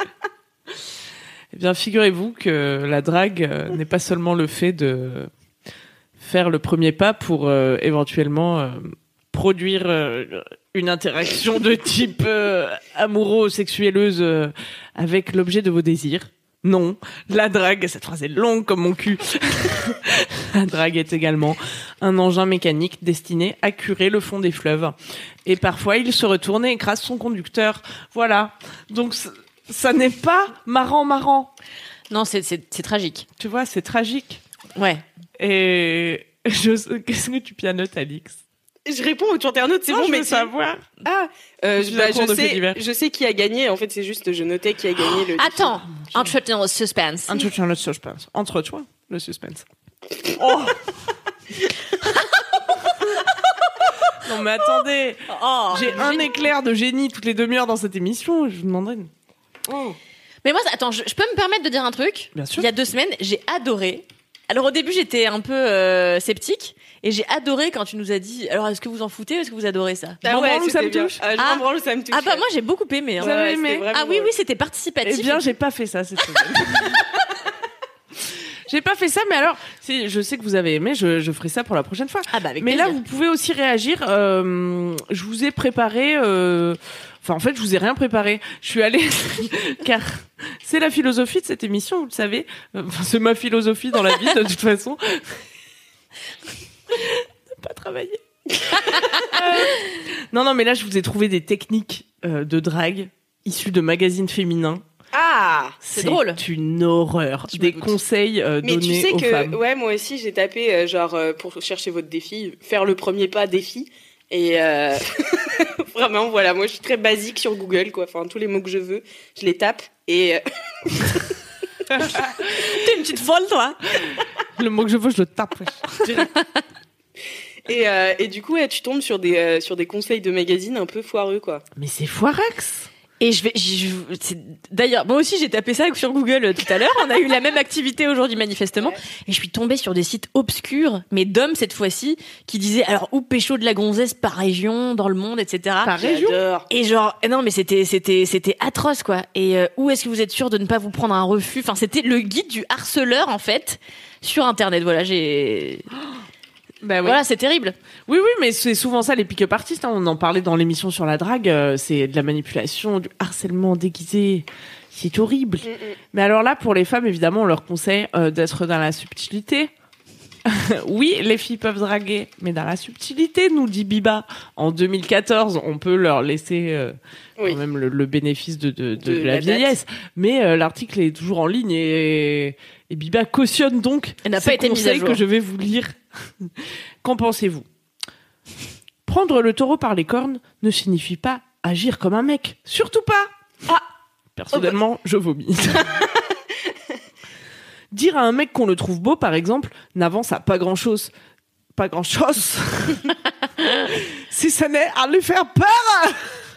Eh bien, figurez-vous que la drague euh, n'est pas seulement le fait de faire le premier pas pour euh, éventuellement euh, produire euh, une interaction de type euh, amouro-sexuelleuse euh, avec l'objet de vos désirs. Non, la drague, cette phrase est longue comme mon cul. La drague est également un engin mécanique destiné à curer le fond des fleuves. Et parfois, il se retourne et écrase son conducteur. Voilà. Donc, c- ça n'est pas marrant, marrant. Non, c'est, c'est, c'est tragique. Tu vois, c'est tragique. Ouais. Et je... qu'est-ce que tu pianotes, Alix? Je réponds au internaute, c'est Non, bon, je mais veux tu- savoir. Ah, euh, Je je, suis à bah, court je de faits sais, divers. je sais qui a gagné. En fait, c'est juste, je notais qui a gagné le. Attends, entretenons le suspense. Entretiens le suspense. Entre-toi, le suspense. Oh non, mais attendez. Oh, J'ai un éclair de génie toutes les demi-heures dans cette émission. Je vous demanderai. une- Oh. Mais moi, attends, je, je peux me permettre de dire un truc? Bien sûr. Il y a deux semaines, j'ai adoré. Alors au début, j'étais un peu euh, sceptique et j'ai adoré quand tu nous as dit. Alors, est-ce que vous en foutez ou est-ce que vous adorez ça? Ah M'en ouais, branle ou ça c'était me bien. touche Ah, je Ah. m'en branle, ça me touche. Ah bah moi, j'ai beaucoup aimé. hein. Vous avez Ouais, aimé c'était vraiment Ah oui, drôle. oui, c'était participatif. Eh bien, j'ai pas fait ça cette semaine. J'ai pas fait ça, mais alors, si je sais que vous avez aimé, je, je ferai ça pour la prochaine fois. Ah bah avec Mais là, plaisir. vous pouvez aussi réagir. Euh, je vous ai préparé. euh, Enfin, en fait, je vous ai rien préparé. Je suis allée car c'est la philosophie de cette émission, vous le savez. Euh, Enfin, c'est ma philosophie dans la vie, de toute façon. Ne pas travailler. Euh, Non, non, mais là, je vous ai trouvé des techniques euh, de drague issues de magazines féminins. Ah. C'est drôle. C'est une horreur. Je me Des doute. conseils euh, Mais tu donnés sais aux que, femmes. ouais, moi aussi, j'ai tapé, euh, genre, euh, pour chercher votre défi, faire le premier pas défi. Et euh... vraiment, voilà, moi, je suis très basique sur Google, quoi. Enfin, tous les mots que je veux, je les tape. Et euh, T'es une petite folle, toi. Le mot que je veux, je le tape. Direct. et, euh, et du coup, ouais, tu tombes sur des euh, sur des conseils de magazines un peu foireux, quoi. Mais c'est Foirax. Et je vais, je, c'est, d'ailleurs, moi aussi j'ai tapé ça sur Google tout à l'heure. On a eu la même activité aujourd'hui manifestement, et je suis tombée sur des sites obscurs, mais d'hommes cette fois-ci, qui disaient alors où pécho de la gonzesse par région dans le monde, et cetera. Par région. Et genre non mais c'était c'était c'était atroce quoi. Et euh, où est-ce que vous êtes sûr de ne pas vous prendre un refus? Enfin c'était le guide du harceleur en fait sur internet. Voilà j'ai. Bah oui. Voilà, c'est terrible. Oui, oui, mais c'est souvent ça, les pick-up artistes. Hein. On en parlait dans l'émission sur la drague. Euh, c'est de la manipulation, du harcèlement déguisé. C'est horrible. Mm-mm. Mais alors là, pour les femmes, évidemment, on leur conseille euh, d'être dans la subtilité. Oui, les filles peuvent draguer, mais dans la subtilité, nous dit Biba. En deux mille quatorze, on peut leur laisser euh, oui. quand même le, le bénéfice de, de, de, de, de la, la vieillesse. Mais euh, l'article est toujours en ligne et, et Biba cautionne donc ces conseils que je vais vous lire. Qu'en pensez-vous? Prendre le taureau par les cornes ne signifie pas agir comme un mec. Surtout pas. Ah, personnellement, oh bah. je vomis. Dire à un mec qu'on le trouve beau, par exemple, n'avance à pas grand-chose. Pas grand-chose. Si ça n'est à lui faire peur.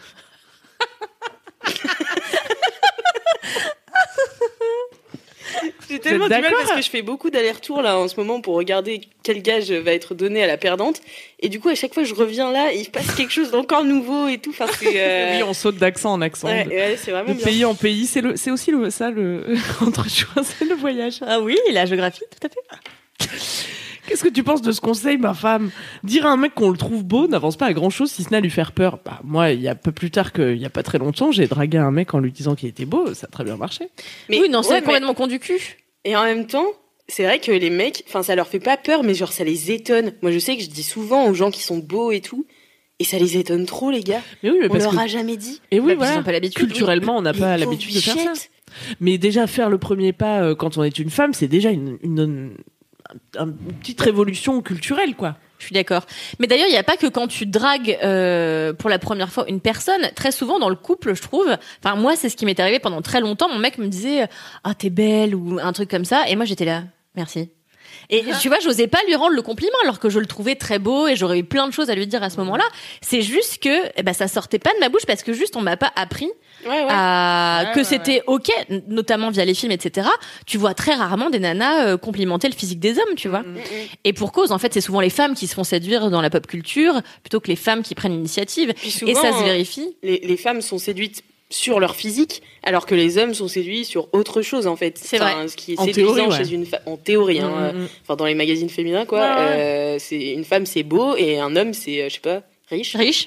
J'ai tellement du mal parce que je fais beaucoup d'allers-retours là en ce moment pour regarder quel gage va être donné à la perdante. Et du coup, à chaque fois que je reviens là, il se passe quelque chose d'encore nouveau et tout. Enfin, c'est, euh... oui, on saute d'accent en accent. Ouais, ouais, c'est vraiment de bien. pays en pays, c'est, le, c'est aussi le, ça, le entre-choix, c'est le voyage. Ah oui, la géographie, tout à fait. Qu'est-ce que tu penses de ce conseil, ma femme? Dire à un mec qu'on le trouve beau n'avance pas à grand-chose si ce n'est à lui faire peur. Bah, moi, il y a un peu plus tard qu'il y a pas très longtemps, j'ai dragué un mec en lui disant qu'il était beau. Ça a très bien marché. Mais, oui, non, c'est ouais, complètement mais... con du cul. Et en même temps, c'est vrai que les mecs, enfin, ça leur fait pas peur, mais genre, ça les étonne. Moi, je sais que je dis souvent aux gens qui sont beaux et tout, et ça les étonne trop, les gars. Mais oui, mais on parce leur que... a jamais dit. Et oui, bah, voilà. Ils ont pas l'habitude. Culturellement, oui. on n'a pas les l'habitude de faire bichettes. ça. Mais déjà, faire le premier pas euh, quand on est une femme, c'est déjà une, une, une, une petite révolution culturelle, quoi. Je suis d'accord. Mais d'ailleurs, il n'y a pas que quand tu dragues euh, pour la première fois une personne. Très souvent, dans le couple, je trouve... Enfin, moi, c'est ce qui m'est arrivé pendant très longtemps. Mon mec me disait « Ah, t'es belle » ou un truc comme ça. Et moi, j'étais là « Merci ». Et tu vois, j'osais pas lui rendre le compliment alors que je le trouvais très beau et j'aurais eu plein de choses à lui dire à ce moment-là. C'est juste que eh ben, ça sortait pas de ma bouche parce que juste on m'a pas appris ouais, ouais. à... ouais, que ouais, c'était ouais. ok, notamment via les films, et cetera. Tu vois très rarement des nanas euh, complimenter le physique des hommes, tu vois. Mm-hmm. Et pour cause, en fait, c'est souvent les femmes qui se font séduire dans la pop culture plutôt que les femmes qui prennent l'initiative. Souvent, et ça se vérifie. Les, les femmes sont séduites sur leur physique, alors que les hommes sont séduits sur autre chose en fait. C'est enfin, vrai. Ce qui est en séduisant théorie, ouais. chez une femme, en théorie, hein, mmh, euh, enfin dans les magazines féminins quoi. Ouais, ouais. Euh, c'est une femme c'est beau et un homme c'est euh, je sais pas riche. Riche.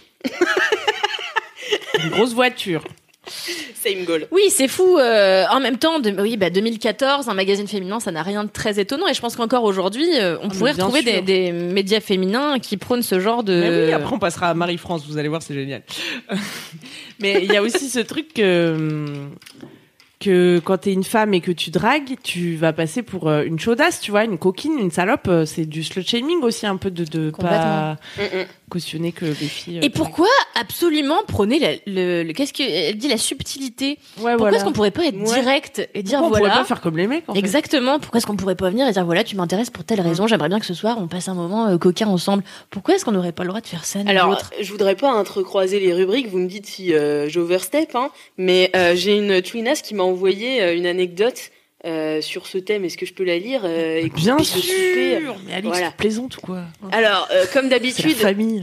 Une grosse voiture. Same goal. Oui, c'est fou. Euh, en même temps, de, oui, bah deux mille quatorze, un magazine féminin, ça n'a rien de très étonnant. Et je pense qu'encore aujourd'hui, euh, on ah, pourrait retrouver des, des médias féminins qui prônent ce genre de. Mais oui, après on passera à Marie-France. Vous allez voir, c'est génial. Mais il y a aussi ce truc que que quand t'es une femme et que tu dragues, tu vas passer pour euh, une chaudasse, tu vois, une coquine, une salope. Euh, c'est du slut shaming aussi un peu de de pas Mm-mm. cautionner que les filles. Euh, Et pourquoi absolument prôner la, le, le qu'est-ce qu'elle dit la subtilité? Ouais, Pourquoi voilà. est-ce qu'on pourrait pas être Ouais. direct et dire Pourquoi on voilà pourrait pas faire comme les mecs en fait. exactement? Pourquoi est-ce qu'on pourrait pas venir et dire voilà tu m'intéresses pour telle raison, j'aimerais bien que ce soir on passe un moment euh, coquin ensemble. Pourquoi est-ce qu'on n'aurait pas le droit de faire ça? nous Alors, autres je voudrais pas entrecroiser les rubriques, vous me dites si euh, j'overstep, hein, mais euh, j'ai une twinasse qui m'a envoyé euh, une anecdote euh, sur ce thème. Est-ce que je peux la lire euh, et qu'on Bien puisse le souper sûr. Mais Alix, Voilà. tu plaisantes ou quoi? Alors, euh, comme C'est la d'habitude, famille.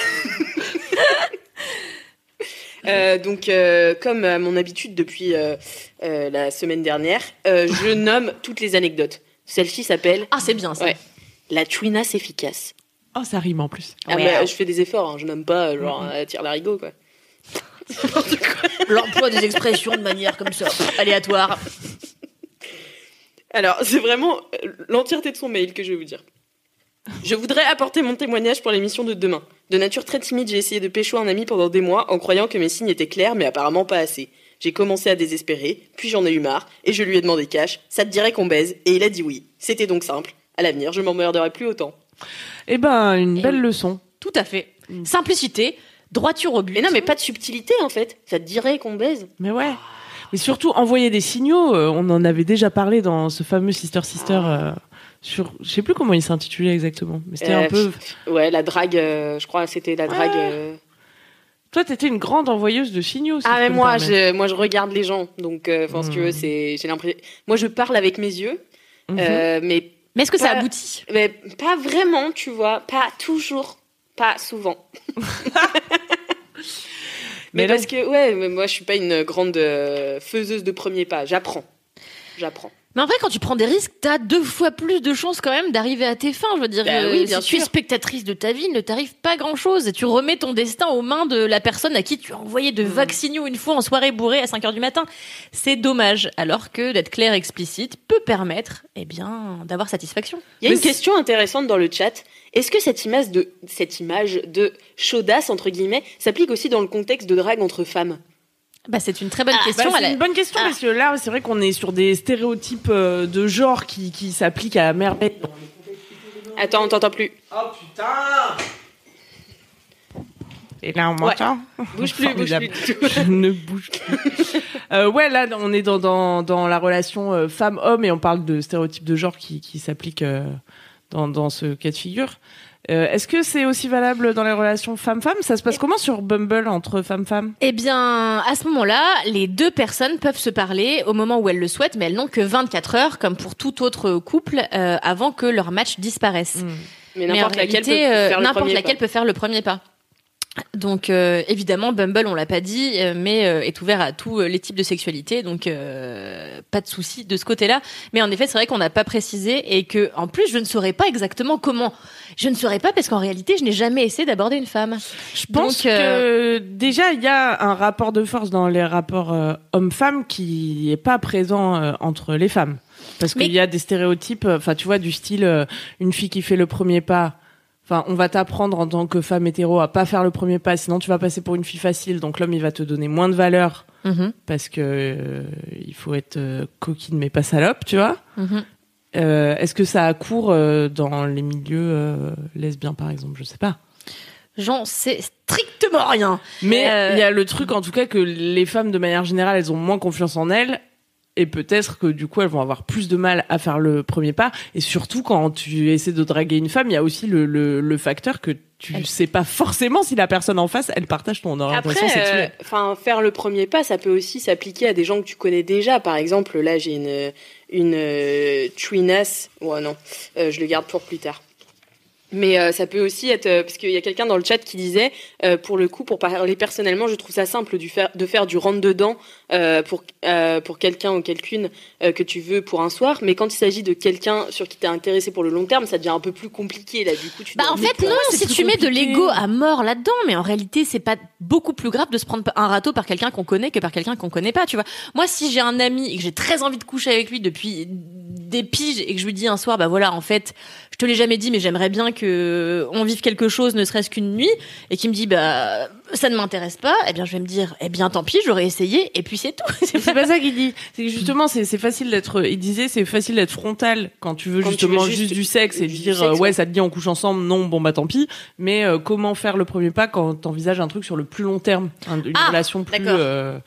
euh, donc euh, comme à mon habitude depuis euh, euh, la semaine dernière, euh, je nomme toutes les anecdotes. Celle-ci s'appelle Ah c'est bien ça. Ouais. La twinasse efficace. Oh, ça rime en plus. Ah Ouais. bah, je fais des efforts, hein, je nomme pas euh, genre mm-hmm. tire l'arigot quoi. L'emploi des expressions de manière comme ça aléatoire. Alors, c'est vraiment l'entièreté de son mail que je vais vous dire. Je voudrais apporter mon témoignage pour l'émission de demain. De nature très timide, j'ai essayé de pécho un ami pendant des mois en croyant que mes signes étaient clairs, mais apparemment pas assez. J'ai commencé à désespérer, puis j'en ai eu marre, et je lui ai demandé cash, ça te dirait qu'on baise, et il a dit oui. C'était donc simple. À l'avenir, je m'emmerderai plus autant. Eh ben, une Et belle oui. leçon. Tout à fait. Simplicité, droiture au but. Mais non, mais pas de subtilité en fait. Ça te dirait qu'on baise. Mais ouais. Mais surtout, envoyer des signaux, euh, on en avait déjà parlé dans ce fameux Sister Sister euh, sur... Je sais plus comment il s'intitulait exactement, mais c'était Euh, un peu... Ouais, la drague, euh, je crois que c'était la drague... Ouais. euh, Toi, t'étais une grande envoyeuse de signaux. Si Ah, je mais peux me moi, permettre. je, moi, je regarde les gens. Donc, euh, enfin, si tu veux, c'est, j'ai l'impression. Moi, je parle avec mes yeux, Mhm. euh, mais, Mais est-ce que ça Pas- aboutit? mais pas vraiment, tu vois. Pas toujours. Pas souvent. Mais, Mais là- parce que, ouais, mais moi, je suis pas une grande euh, faiseuse de premiers pas. J'apprends. J'apprends. Mais en vrai, quand tu prends des risques, t'as deux fois plus de chances quand même d'arriver à tes fins. Je veux dire, Bah euh, oui, bien si tu es sûr. spectatrice de ta vie, il ne t'arrive pas grand-chose. Et tu remets ton destin aux mains de la personne à qui tu as envoyé de vagues signaux une fois en soirée bourrée à cinq heures du matin. C'est dommage. Alors que d'être clair et explicite peut permettre, eh bien, d'avoir satisfaction. Il y a Mais une c'est- question intéressante dans le chat. Est-ce que cette image de, cette image de chaudasse, entre guillemets, s'applique aussi dans le contexte de drague entre femmes? Bah, c'est une très bonne Bah, question. c'est Elle a- une bonne question Ah. parce que là, c'est vrai qu'on est sur des stéréotypes euh, de genre qui, qui s'appliquent à merveille. Attends, on t'entend plus. Oh putain! Et là, on m'entend? Bouge plus, bouge Formidable. plus du tout. Je ne bouge plus. Euh, ouais, là, on est dans, dans, dans la relation euh, femme-homme et on parle de stéréotypes de genre qui, qui s'appliquent euh, dans, dans ce cas de figure. Euh, Est-ce que c'est aussi valable dans les relations femme-femme? Ça se passe comment sur Bumble entre femmes-femmes? Eh bien, à ce moment-là, les deux personnes peuvent se parler au moment où elles le souhaitent, mais elles n'ont que vingt-quatre heures, comme pour tout autre couple, euh, avant que leur match disparaisse. Mais Mais en n'importe laquelle peut réalité, euh, faire le n'importe premier laquelle pas. peut faire le premier pas. Donc euh, évidemment, Bumble, on l'a pas dit, euh, mais euh, est ouvert à tous euh, les types de sexualité, donc euh, pas de souci de ce côté-là. Mais en effet, c'est vrai qu'on n'a pas précisé et que en plus, je ne saurais pas exactement comment. Je ne saurais pas parce qu'en réalité, je n'ai jamais essayé d'aborder une femme. Je pense Donc, euh, que déjà il y a un rapport de force dans les rapports euh, hommes-femmes qui est pas présent euh, entre les femmes, parce Mais- qu'il y a des stéréotypes. Enfin, tu vois, du style euh, une fille qui fait le premier pas. Enfin, on va t'apprendre en tant que femme hétéro à pas faire le premier pas, sinon tu vas passer pour une fille facile. Donc l'homme il va te donner moins de valeur Mhm, parce que euh, il faut être euh, coquine mais pas salope, tu vois. mhm. Euh, Est-ce que ça a cours euh, dans les milieux euh, lesbiens par exemple? Je sais pas. J'en sais strictement rien. Mais il Euh, y a le truc, en tout cas, que les femmes, de manière générale, elles ont moins confiance en elles. Et peut-être que, du coup, elles vont avoir plus de mal à faire le premier pas. Et surtout, quand tu essaies de draguer une femme, il y a aussi le, le, le facteur que tu Elle- sais pas forcément si la personne en face, elle partage ton orientation Après, sexuelle. euh, enfin, faire le premier pas, ça peut aussi s'appliquer à des gens que tu connais déjà. Par exemple, là, j'ai une une euh, twinasse. Ouais, non, euh, je le garde pour plus tard. Mais euh, ça peut aussi être euh, parce qu'il y a quelqu'un dans le chat qui disait euh, pour le coup, pour parler personnellement, je trouve ça simple du faire, de faire du rentre dedans euh, pour euh, pour quelqu'un ou quelqu'une euh, que tu veux pour un soir. Mais quand il s'agit de quelqu'un sur qui t'es intéressé pour le long terme, ça devient un peu plus compliqué là. Du coup, tu Bah dois- en Mais fait non, c'est si plus tu mets de compliqué. l'ego à mort là-dedans, mais en réalité c'est pas beaucoup plus grave de se prendre un râteau par quelqu'un qu'on connaît que par quelqu'un qu'on connaît pas, tu vois. Moi si j'ai un ami et que j'ai très envie de coucher avec lui depuis des piges et que je lui dis un soir bah voilà en fait je te l'ai jamais dit mais j'aimerais bien que on vive quelque chose ne serait-ce qu'une nuit et qui me dit bah ça ne m'intéresse pas, eh bien je vais me dire eh bien tant pis j'aurais essayé et puis c'est tout. Mais c'est pas ça qu'il dit. C'est que justement, c'est c'est facile d'être. Il disait, c'est facile d'être frontal quand tu veux Quand tu justement veux juste, juste du sexe et juste du dire sexe, euh, ouais, ouais. ça te dit on couche ensemble. Non, bon bah tant pis. Mais euh, comment faire le premier pas quand t'envisages un truc sur le plus long terme, un- une Ah, relation plus d'accord. euh,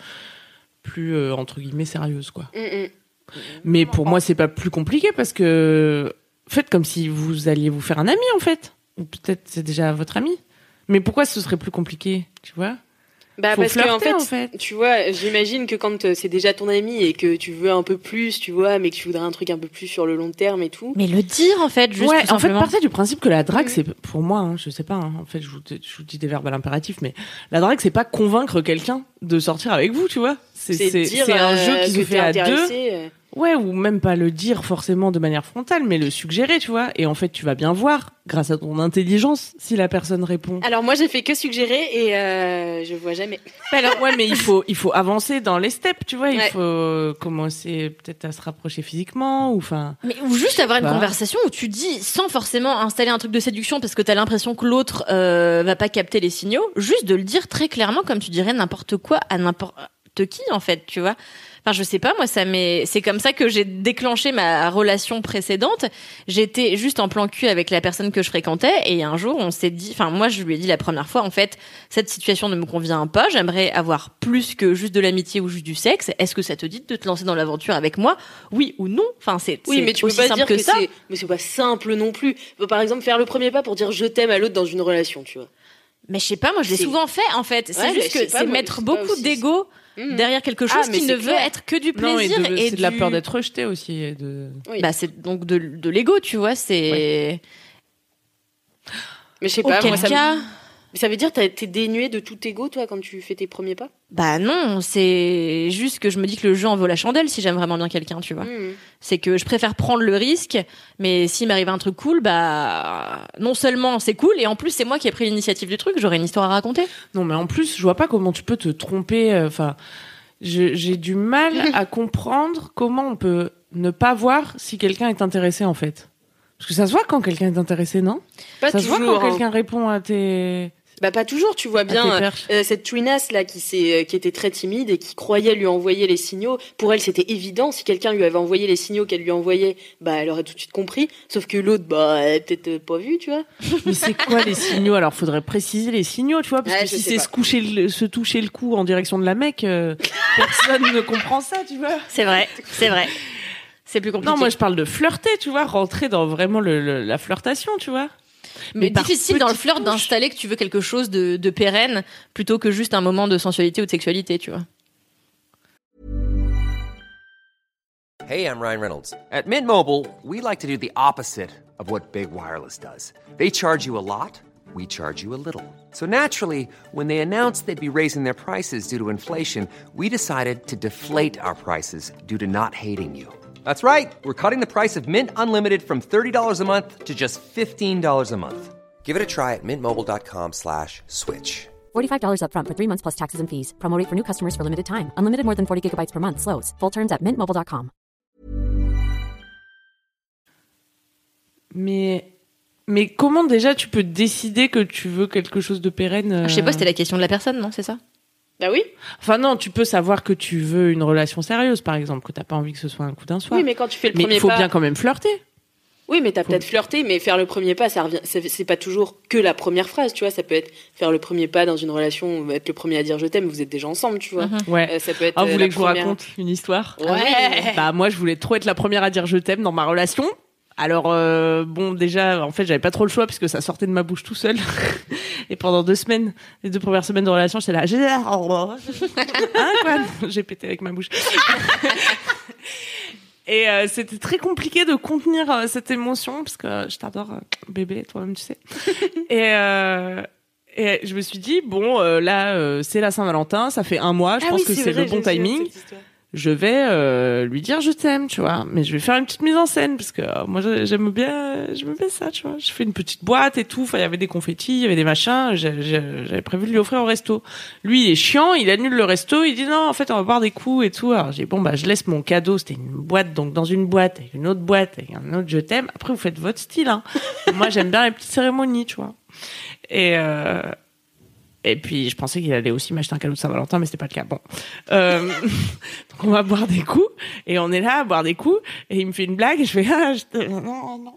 plus euh, entre guillemets sérieuse quoi. Mm, mm. Mais pour moi, c'est pas plus compliqué parce que faites comme si vous alliez vous faire un ami en fait. Ou peut-être c'est déjà votre ami. Mais pourquoi ce serait plus compliqué, tu vois? Bah Faut parce que en flirter, fait, en fait. tu vois, j'imagine que quand euh, c'est déjà ton ami et que tu veux un peu plus, tu vois, mais que tu voudrais un truc un peu plus sur le long terme et tout. Mais le dire en fait juste Ouais, tout en fait, simplement. partez du principe que la drague, Mhm. c'est pour moi, hein, je sais pas. hein, en fait, je vous, je vous dis des verbes à l'impératif, mais la drague, c'est pas convaincre quelqu'un de sortir avec vous, tu vois. C'est c'est dire c'est un euh, jeu qui se que fait t'es à deux. intéressé, euh. Ouais, ou même pas le dire forcément de manière frontale, mais le suggérer, tu vois. Et en fait, tu vas bien voir, grâce à ton intelligence, si la personne répond. Alors moi j'ai fait que suggérer et euh, je vois jamais. Alors, ouais, mais il faut, il faut avancer dans les steps, tu vois. Il Ouais. faut commencer peut-être à se rapprocher physiquement, ou enfin. Mais, ou juste avoir une Bah. conversation où tu dis, sans forcément installer un truc de séduction parce que t'as l'impression que l'autre euh, va pas capter les signaux, juste de le dire très clairement comme tu dirais n'importe quoi à n'importe qui en fait, tu vois. Enfin, je sais pas, moi, ça m'est, c'est comme ça que j'ai déclenché ma relation précédente. J'étais juste en plan cul avec la personne que je fréquentais et un jour, on s'est dit, enfin, moi, je lui ai dit la première fois, en fait, cette situation ne me convient pas, j'aimerais avoir plus que juste de l'amitié ou juste du sexe. Est-ce que ça te dit de te lancer dans l'aventure avec moi? Oui ou non? Enfin, c'est, Oui, c'est mais tu peux aussi pas simple dire que, que, ça. c'est, mais c'est pas simple non plus. Faut, par exemple, faire le premier pas pour dire je t'aime à l'autre dans une relation, tu vois. Mais je sais pas, moi je l'ai C'est- souvent fait en fait. C'est Ouais, juste mais je que sais pas, c'est moi, mettre je sais pas beaucoup aussi. d'ego Mmh. derrière quelque chose Ah, mais qui c'est ne veut clair. être que du Non, et plaisir de- et c'est de la du- peur d'être rejeté aussi. Et de... Oui. Bah c'est donc de, de l'ego, tu vois. C'est Mais je sais pas, auquel moi, ça, me- cas. Mais ça veut dire que t'as été dénué de tout ego, toi, quand tu fais tes premiers pas. Bah non, c'est juste que je me dis que le jeu en vaut la chandelle si j'aime vraiment bien quelqu'un, tu vois. Mmh. C'est que je préfère prendre le risque, mais s'il m'arrive un truc cool, bah non seulement c'est cool, et en plus c'est moi qui ai pris l'initiative du truc, j'aurai une histoire à raconter. Non, mais en plus, je vois pas comment tu peux te tromper. Enfin, je- j'ai du mal à comprendre comment on peut ne pas voir si quelqu'un est intéressé, en fait. Parce que ça se voit quand quelqu'un est intéressé, non? Pas Ça se voit toujours. quand hein. quelqu'un répond à tes, Bah pas toujours, tu vois à tes bien. perches. Euh, cette twinasse là qui s'est, euh, qui était très timide et qui croyait lui envoyer les signaux. Pour elle, c'était évident. Si quelqu'un lui avait envoyé les signaux qu'elle lui envoyait, bah elle aurait tout de suite compris. Sauf que l'autre, bah elle a peut-être euh, pas vu, tu vois. Mais c'est quoi les signaux? Alors, faudrait préciser les signaux, tu vois, parce Ouais, que je si sais c'est pas. se coucher, le- se toucher le cou en direction de la mec, euh, personne ne comprend ça, tu vois. C'est vrai, c'est vrai. C'est plus compliqué. Non, moi je parle de flirter, tu vois, rentrer dans vraiment le, le- la flirtation, tu vois. mais par difficile dans le petites flirt touches. d'installer que tu veux quelque chose de, de pérenne plutôt que juste un moment de sensualité ou de sexualité, tu vois. Hey, I'm Ryan Reynolds. At Mint Mobile, we like to do the opposite of what Big Wireless does. They charge you a lot, we charge you a little. So naturally, when they announced they'd be raising their prices due to inflation, we decided to deflate our prices due to not hating you. That's right. We're cutting the price of Mint Unlimited from thirty dollars a month to just fifteen dollars a month. Give it a try at mintmobile.com slash switch. forty-five dollars upfront for three months plus taxes and fees. Promo rate for new customers for limited time. Unlimited more than forty gigabytes per month. Slows full terms at mint mobile dot com. Mais, mais comment déjà tu peux décider que tu veux quelque chose de pérenne euh, Je sais pas, c'était la question de la personne, non, c'est ça? Bah oui. Enfin non, tu peux savoir que tu veux une relation sérieuse, par exemple, que t'as pas envie que ce soit un coup d'un soir. Oui, mais quand tu fais le Mais premier il faut pas. bien quand même flirter. Oui, mais t'as Faut- peut-être flirté, mais faire le premier pas, ça revient. C'est c'est pas toujours que la première phrase, tu vois. Ça peut être faire le premier pas dans une relation, être le premier à dire je t'aime. Vous êtes déjà ensemble, tu vois. Ouais. Euh, ça peut être. Ah, vous euh, voulez la que je vous première- raconte une histoire? Ouais. Bah moi, je voulais trop être la première à dire je t'aime dans ma relation. Alors euh, bon, déjà, en fait, j'avais pas trop le choix puisque ça sortait de ma bouche tout seul. Et pendant deux semaines, les deux premières semaines de relation, j'étais là. J'ai hein, quoi J'ai pété avec ma bouche. Et euh, c'était très compliqué de contenir euh, cette émotion parce que euh, je t'adore, euh, bébé, toi-même tu sais. et euh, Et je me suis dit, bon, euh, là, euh, c'est la Saint-Valentin, ça fait un mois, je pense que c'est le bon timing. Je vais euh, lui dire je t'aime, tu vois. Mais je vais faire une petite mise en scène, parce que euh, moi, j'aime bien, j'aime bien ça, tu vois. Je fais une petite boîte et tout. Enfin, il y avait des confettis, il y avait des machins. J'ai- j'ai- J'avais prévu de lui offrir au resto. Lui, il est chiant, il annule le resto. Il dit non, en fait, on va boire des coups et tout. Alors, j'ai dit, bon, bah, je laisse mon cadeau. C'était une boîte, donc dans une boîte, avec une autre boîte, avec un autre je t'aime. Après, vous faites votre style, hein. Moi, j'aime bien les petites cérémonies, tu vois. Et, euh, Et puis, je pensais qu'il allait aussi m'acheter un cadeau de Saint-Valentin, mais c'était pas le cas. Bon. Euh, donc, on va boire des coups. Et on est là à boire des coups. Et il me fait une blague. Et je fais, ah, je te... non, non.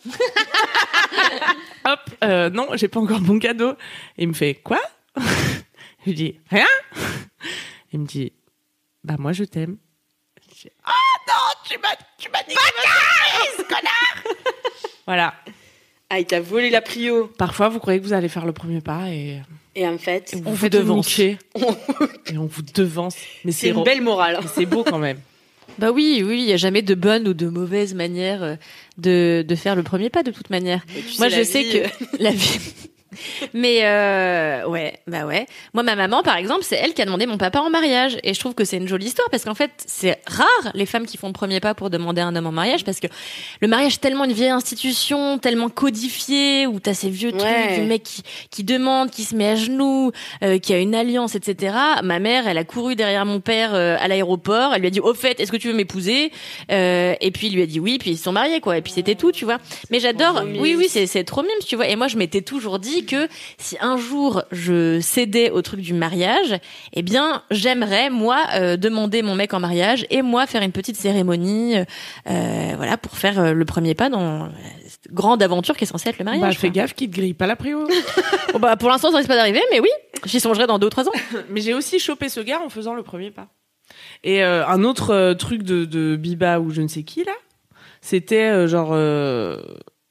Hop, euh, non, j'ai pas encore mon cadeau. Et il me fait, quoi? Je lui dis, rien. Il me dit, bah, moi, je t'aime. Je dis, ah, non, tu m'as, tu m'as dit que connard! Voilà. Ah, il t'a volé la prio. Parfois, vous croyez que vous allez faire le premier pas et... Et en fait, Et On vous vous faites devance. niquer. Et on vous devance. Mais c'est une ro- belle morale. mais c'est beau quand même. Bah oui, oui, il y a jamais de bonne ou de mauvaise manière euh, de de faire le premier pas de toute manière. Et tu Moi, sais, je la sais vie, euh, que la vie. Mais euh, ouais, bah ouais. Moi, ma maman, par exemple, c'est elle qui a demandé mon papa en mariage, et je trouve que c'est une jolie histoire parce qu'en fait, c'est rare les femmes qui font le premier pas pour demander un homme en mariage, parce que le mariage est tellement une vieille institution, tellement codifiée, où t'as ces vieux Ouais. trucs du mec qui qui demande, qui se met à genoux, euh, qui a une alliance, et cetera. Ma mère, elle a couru derrière mon père euh, à l'aéroport, elle lui a dit au fait, est-ce que tu veux m'épouser? euh, Et puis il lui a dit oui, puis ils se sont mariés, quoi. Et puis c'était tout, tu vois. Mais j'adore. trop Oui, mimes. oui, c'est c'est trop mime, tu vois. Et moi, je m'étais toujours dit que si un jour je cédais au truc du mariage, eh bien, j'aimerais moi euh, demander mon mec en mariage et moi faire une petite cérémonie, euh, voilà, pour faire euh, le premier pas dans euh, cette grande aventure qui est censée être le mariage. Bah, quoi. fais gaffe qu'il te grille pas la prio. Bon, bah, pour l'instant, ça risque pas d'arriver, mais oui, j'y songerai dans deux ou trois ans. Mais j'ai aussi chopé ce gars en faisant le premier pas. Et euh, un autre euh, truc de, de Biba ou je ne sais qui, là, c'était euh, genre... euh,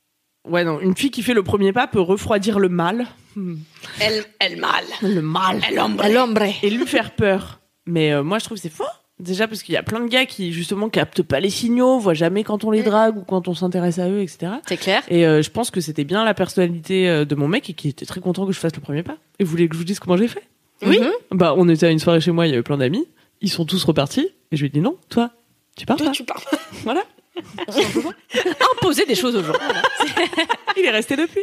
Ouais, non, une fille qui fait le premier pas peut refroidir le mal. Hmm. Elle, elle mal. Le mal. Elle ombre. L'ombre. Et lui faire peur. Mais euh, moi, je trouve que c'est faux. Déjà, parce qu'il y a plein de gars qui, justement, captent pas les signaux, voient jamais quand on les drague ou quand on s'intéresse à eux, et cetera. C'est clair. Et euh, je pense que c'était bien la personnalité euh, de mon mec et qui était très content que je fasse le premier pas. Et vous voulez que je vous dise comment j'ai fait? Oui. Bah, on était à une soirée chez moi, il y avait plein d'amis. Ils sont tous repartis. Et je lui ai dit non, toi, tu pars Toi, pas. tu parles. Voilà. Imposer des choses aux gens. Il est resté depuis.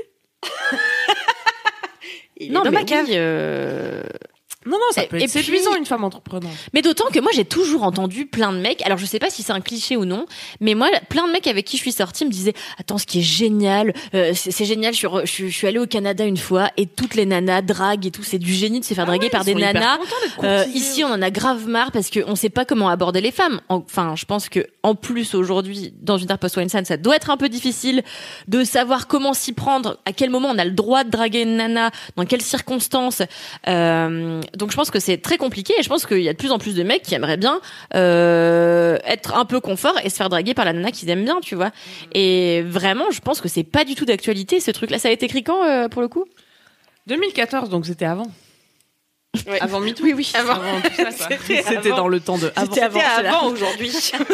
Il Non, est dans mais ma cave. oui, euh, Non, non, ça Et- peut et être puis- séduisant, une femme entreprenante. Mais d'autant que moi j'ai toujours entendu plein de mecs, alors je sais pas si c'est un cliché ou non, mais moi plein de mecs avec qui je suis sortie me disaient attends, ce qui est génial, euh, c'est, c'est génial, je suis, re- je, suis, je suis allée au Canada une fois et toutes les nanas draguent et tout, c'est du génie de se faire draguer ouais, par ils des sont hyper nanas. contents d'être Euh, courtisés. ici on en a grave marre parce qu'on sait pas comment aborder les femmes. Enfin, je pense que en plus aujourd'hui dans une terre post-Weinstein, ça doit être un peu difficile de savoir comment s'y prendre, à quel moment on a le droit de draguer une nana, dans quelles circonstances. Euh, donc je pense que c'est très compliqué et je pense qu'il y a de plus en plus de mecs qui aimeraient bien euh, être un peu confort et se faire draguer par la nana qu'ils aiment bien, tu vois. Et vraiment, je pense que c'est pas du tout d'actualité ce truc-là. Ça a été écrit quand euh, pour le coup? deux mille quatorze, donc c'était avant. Ouais. Avant MeToo. Oui, oui. Avant, tout ça, quoi. C'était C'était avant. dans le temps de avant. C'était avant, c'est là. aujourd'hui.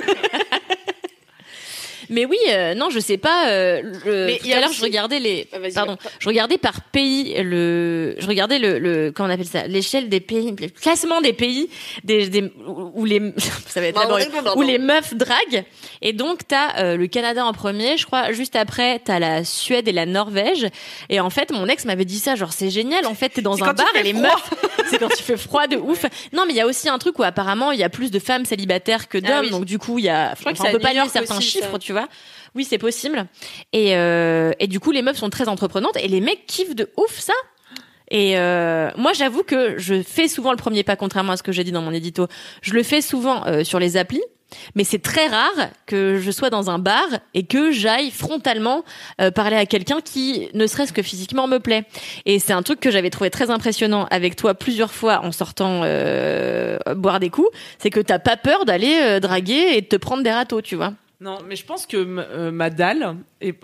Mais oui, euh, non, je sais pas. Euh, le, Mais tout il y a à l'heure, aussi- je regardais les. Ah, vas-y, Pardon, va. je regardais par pays le. Je regardais le, le comment on appelle ça, l'échelle des pays, le classement des pays des, des où où les ça va être Pardon, laborieux, pardon. où les meufs draguent. Et donc t'as euh, le Canada en premier, je crois. Juste après, t'as la Suède et la Norvège. Et en fait, mon ex m'avait dit ça, genre c'est génial. En fait, t'es dans C'est un quand il bar fait et les froid. meufs, c'est quand tu fais froid de ouf. Non, mais il y a aussi un truc où apparemment il y a plus de femmes célibataires que d'hommes. Ah oui. Donc du coup, il y a. crois que enfin, c'est on à peut pas New lire York certains aussi, chiffres, ça. tu vois. Oui, c'est possible. Et, euh, et du coup, les meufs sont très entreprenantes et les mecs kiffent de ouf ça. Et euh, moi, j'avoue que je fais souvent le premier pas, contrairement à ce que j'ai dit dans mon édito. Je le fais souvent euh, sur les applis, mais c'est très rare que je sois dans un bar et que j'aille frontalement euh, parler à quelqu'un qui, ne serait-ce que physiquement, me plaît. Et c'est un truc que j'avais trouvé très impressionnant avec toi plusieurs fois en sortant euh, boire des coups, c'est que t'as pas peur d'aller euh, draguer et de te prendre des râteaux, tu vois. Non, mais je pense que m- euh, ma dalle est...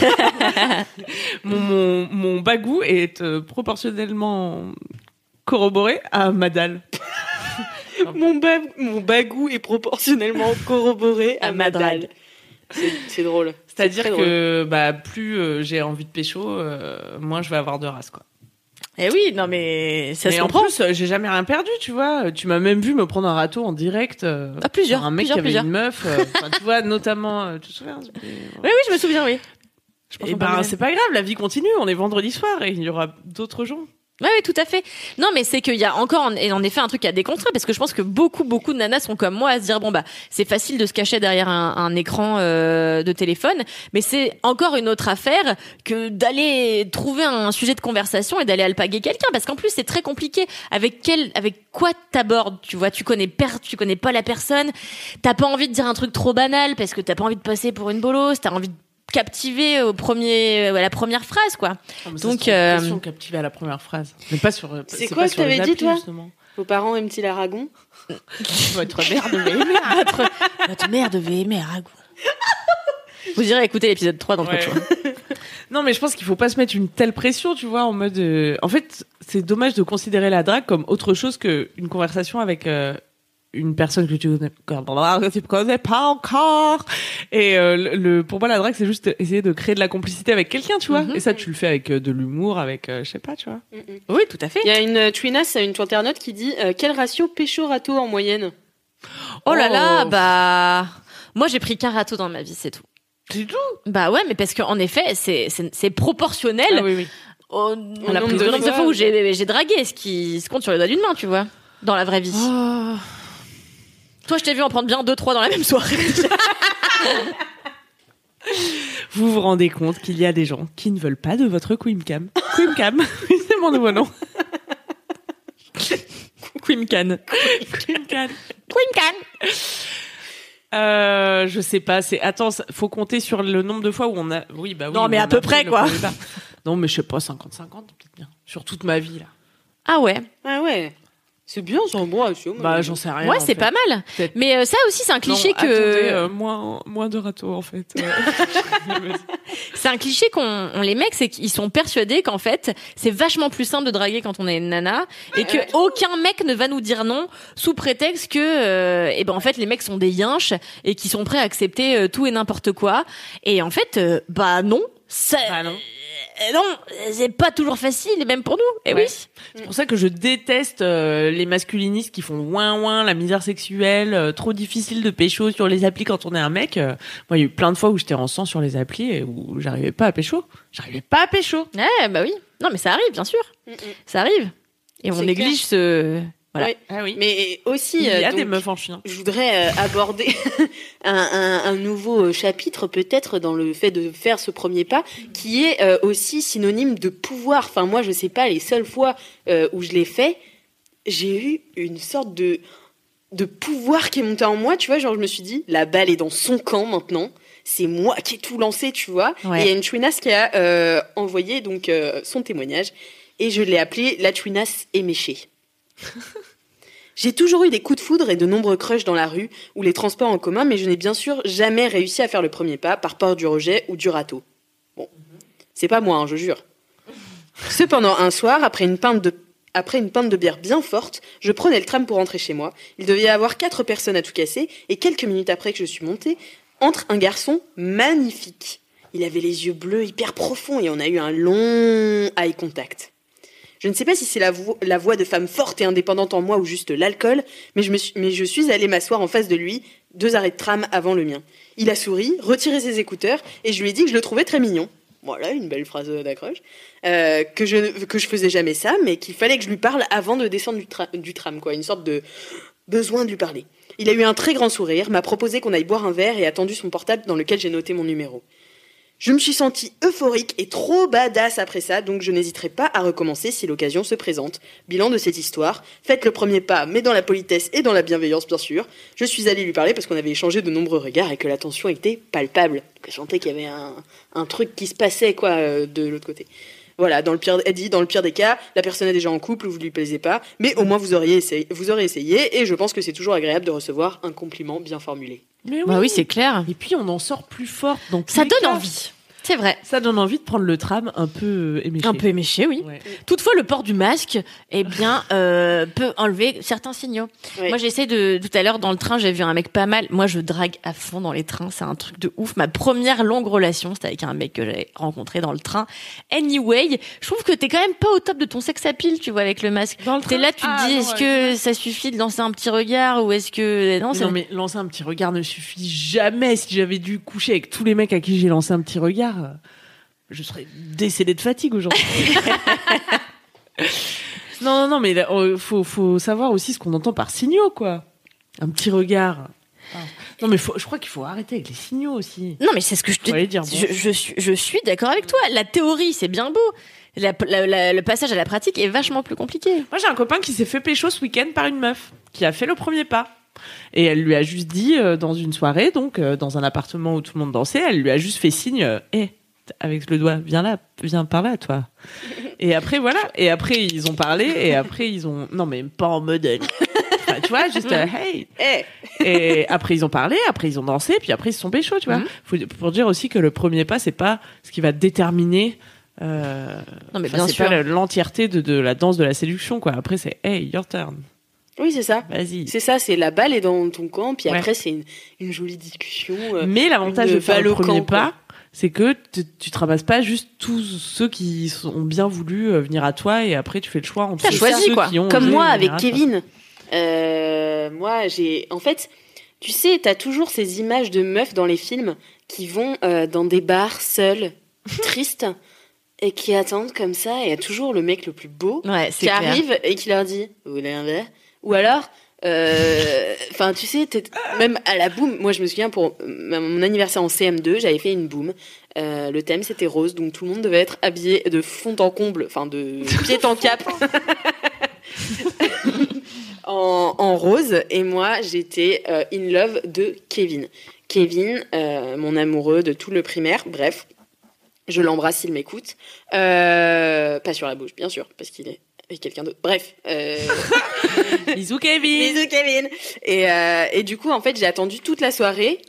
mon, mon, mon bagou est euh, proportionnellement corroboré à ma dalle. mon, ba- mon bagou est proportionnellement corroboré à, À ma ma dalle. drague. C'est, c'est drôle. C'est-à-dire très que bah, plus euh, j'ai envie de pécho, euh, moins je vais avoir de race, quoi. Eh oui, non mais ça Mais se en comprend. plus, euh, j'ai jamais rien perdu, tu vois. Tu m'as même vu me prendre un râteau en direct. Euh, Ah, plusieurs, sur un mec plusieurs, qui avait plusieurs. une meuf. euh, enfin, tu vois, notamment... euh, tu te souviens Oui, oui, je me souviens, oui. Je pense Et qu'on ben, parlait c'est pas grave, la vie continue. On est vendredi soir et il y aura d'autres gens. Oui, oui, tout à fait. Non, mais c'est qu'il y a encore, en, et en effet, un truc à déconstruire, parce que je pense que beaucoup, beaucoup de nanas sont comme moi à se dire, bon, bah, c'est facile de se cacher derrière un, un écran euh, de téléphone, mais c'est encore une autre affaire que d'aller trouver un sujet de conversation et d'aller alpaguer quelqu'un, parce qu'en plus, c'est très compliqué. Avec quel, avec quoi t'abordes, tu vois, tu connais per, tu connais pas la personne, t'as pas envie de dire un truc trop banal, parce que t'as pas envie de passer pour une bolosse, t'as envie de captiver au premier, à la première phrase, quoi. Oh, mais Donc, Donc, euh... euh, captivé à la première phrase. Mais pas sur. C'est pas quoi sur que les t'avais dit, applis, toi justement. Vos parents aiment-ils l'aragon? Votre mère devait aimer. Votre, votre mère devait aimer Aragon. Vous irez écouter l'épisode trois d'entre Ouais. choix. Non, mais je pense qu'il faut pas se mettre une telle pression, tu vois, en mode. euh, En fait, c'est dommage de considérer la drague comme autre chose qu'une conversation avec euh, une personne que tu connais, que tu connais pas encore. Et euh, le, le- pour moi, la drague, c'est juste essayer de créer de la complicité avec quelqu'un, tu vois. Mhm. Et ça, tu le fais avec euh, de l'humour, avec, euh, je sais pas, tu vois. Oui, tout à fait. Il y a une euh, Twinas, une internaute qui dit euh, quel ratio pécho-râteau en moyenne? Oh là là, Oh. bah, moi j'ai pris qu'un râteau dans ma vie, c'est tout. C'est tout. Bah ouais, mais parce qu'en effet, c'est c'est c'est proportionnel Ah oui, oui. au, On l'a nombre pris de deux nombre de fois. fois où j'ai j'ai dragué, ce qui se compte sur les doigts d'une main, tu vois, dans la vraie vie. Oh. Toi, je t'ai vu en prendre bien deux trois dans la même soirée. Vous vous rendez compte qu'il y a des gens qui ne veulent pas de votre Quimcam. Quimcam, c'est mon nouveau nom. Quimcan. Quimcam. Quimcan. Euh, je sais pas, c'est attends, ça- faut compter sur le nombre de fois où on a oui bah oui. Non, mais on à a peu pris près, le quoi. premier pas. Non, mais je sais pas cinquante cinquante peut-être bien sur toute ma vie là. Ah ouais. Ah ouais. C'est bien, c'est un bon ratio. moi, Bah, j'aime j'en sais rien. Ouais, en c'est fait. pas mal. Peut-être. Mais euh, ça aussi, c'est un cliché Non, que attendez, euh, moins, moins de râteaux, en fait. c'est un cliché qu'on on, les mecs, c'est qu'ils sont persuadés qu'en fait, c'est vachement plus simple de draguer quand on est une nana et que aucun mec ne va nous dire non sous prétexte que, euh, eh ben en fait, les mecs sont des yinches et qui sont prêts à accepter euh, tout et n'importe quoi. Et en fait, euh, bah non, ça. Bah non. Euh, non, c'est pas toujours facile, et même pour nous. Et Ouais. oui. C'est pour ça que je déteste euh, les masculinistes qui font ouin ouin, la misère sexuelle, euh, trop difficile de pécho sur les applis quand on est un mec. Euh, moi, il y a eu plein de fois où j'étais en sang sur les applis et où j'arrivais pas à pécho. J'arrivais pas à pécho. Ouais, bah oui. Non, mais ça arrive, bien sûr. Mm, mm. Ça arrive. Et on C'est néglige ce. Voilà. Ouais. Ah oui. Mais aussi, Il y a euh, des donc, meufs en chien. je voudrais euh, aborder un, un, un nouveau euh, chapitre peut-être dans le fait de faire ce premier pas, qui est euh, aussi synonyme de pouvoir. Enfin, moi, je sais pas, les seules fois euh, où je l'ai fait, j'ai eu une sorte de de pouvoir qui est monté en moi. Tu vois, genre je me suis dit, la balle est dans son camp maintenant. C'est moi qui ai tout lancé, tu vois. Ouais. Et il y a une chouinasse qui a euh, envoyé donc euh, son témoignage et je l'ai appelée la chouinasse éméchée. J'ai toujours eu des coups de foudre et de nombreux crushs dans la rue ou les transports en commun, mais je n'ai bien sûr jamais réussi à faire le premier pas par peur du rejet ou du râteau. Bon, c'est pas moi, hein, je jure. Cependant, un soir, après une pinte de après une pinte de bière bien forte, je prenais le tram pour rentrer chez moi. Il devait y avoir quatre personnes à tout casser, et quelques minutes après que je suis montée, entre un garçon magnifique. Il avait les yeux bleus hyper profonds et on a eu un long eye contact. Je ne sais pas si c'est la, vo- la voix de femme forte et indépendante en moi ou juste l'alcool, mais je, me suis, mais je suis allée m'asseoir en face de lui, deux arrêts de tram avant le mien. Il a souri, retiré ses écouteurs, et je lui ai dit que je le trouvais très mignon. Voilà, une belle phrase d'accroche. Euh, que je que je faisais jamais ça, mais qu'il fallait que je lui parle avant de descendre du, tra- du tram, quoi. Une sorte de besoin de lui parler. Il a eu un très grand sourire, m'a proposé qu'on aille boire un verre et a tendu son portable dans lequel j'ai noté mon numéro. Je me suis sentie euphorique et trop badass après ça, donc je n'hésiterai pas à recommencer si l'occasion se présente. Bilan de cette histoire, faites le premier pas, mais dans la politesse et dans la bienveillance, bien sûr. Je suis allée lui parler parce qu'on avait échangé de nombreux regards et que la tension était palpable. Donc je sentais qu'il y avait un, un truc qui se passait, quoi, euh, de l'autre côté. Voilà, dans le pire, elle dit, dans le pire des cas, la personne est déjà en couple ou vous lui plaisez pas, mais au moins vous auriez essayé, vous aurez essayé, et je pense que c'est toujours agréable de recevoir un compliment bien formulé. Mais Bah oui, c'est clair. Et puis on en sort plus forte. Donc Ça donne envie. C'est vrai. Ça donne envie de prendre le tram un peu éméché. Un peu éméché, oui. Ouais. Toutefois, le port du masque, eh bien, euh, peut enlever certains signaux. Ouais. Moi, j'essaie de, tout à l'heure, dans le train, j'ai vu un mec pas mal. Moi, je drague à fond dans les trains. C'est un truc de ouf. Ma première longue relation, c'était avec un mec que j'avais rencontré dans le train. Anyway, je trouve que t'es quand même pas au top de ton sex appeal, tu vois, avec le masque. Dans le T'es train là, tu te Ah, dis, non, est-ce ouais. que ça suffit de lancer un petit regard ou est-ce que, non, c'est, Non mais lancer un petit regard ne suffit jamais. Si j'avais dû coucher avec tous les mecs à qui j'ai lancé un petit regard, euh, je serais décédé de fatigue aujourd'hui. non non non mais il faut faut savoir aussi ce qu'on entend par signaux, quoi. Un petit regard. Enfin, non mais faut, je crois qu'il faut arrêter avec les signaux aussi. non, mais c'est ce que je te Faut aller dire bon. je, je suis, je suis d'accord avec toi. La théorie, c'est bien beau. La- la- la- le passage à la pratique est vachement plus compliqué. Moi j'ai un copain qui s'est fait pécho ce week-end par une meuf qui a fait le premier pas. Et elle lui a juste dit euh, dans une soirée, donc euh, dans un appartement où tout le monde dansait, elle lui a juste fait signe, euh, hé, avec le doigt, viens là, viens par là, toi. Et après voilà, et après ils ont parlé, et après ils ont, non mais pas en mode, enfin, tu vois, juste euh, hey. Eh, Et après ils ont parlé, après ils ont dansé, puis après ils se sont pécho, tu vois. Mhm. Faut, pour dire aussi que le premier pas, c'est pas ce qui va déterminer. Euh, Non, mais enfin, bien c'est sûr. pas l'entièreté de, de la danse de la séduction, quoi. Après c'est hey, your turn, oui, c'est ça. vas-y. C'est ça, c'est la balle est dans ton camp, puis Ouais. après c'est une, une jolie discussion. euh, Mais l'avantage une de faire balle le au premier camp, quoi. pas, c'est que te- tu te ramasses pas juste tous ceux qui sont- ont bien voulu euh, venir à toi et après tu fais le choix entre T'as ceux choisi, quoi. qui ont Comme osé moi venir avec à toi. Kevin. Euh, moi, j'ai. En fait, tu sais, t'as toujours ces images de meufs dans les films qui vont euh, dans des bars seules, tristes, et qui attendent comme ça. Et il y a toujours le mec le plus beau Ouais, qui c'est clair. arrive et qui leur dit vous voulez un verre? Ou alors. Enfin, tu sais, t'es- même à la boum. Moi, je me souviens pour mon anniversaire en C M deux, j'avais fait une boum. Euh, le thème c'était rose, donc tout le monde devait être habillé de fond en comble, enfin de pied en cap. En, en rose, et moi j'étais euh, in love de Kevin. Kevin, euh, mon amoureux de tout le primaire, bref, je l'embrasse s'il m'écoute. Euh, pas sur la bouche, bien sûr, parce qu'il est Et quelqu'un d'autre. Bref. Euh... Bisous Kevin. Bisous Kevin. Et, euh, et du coup, en fait, j'ai attendu toute la soirée.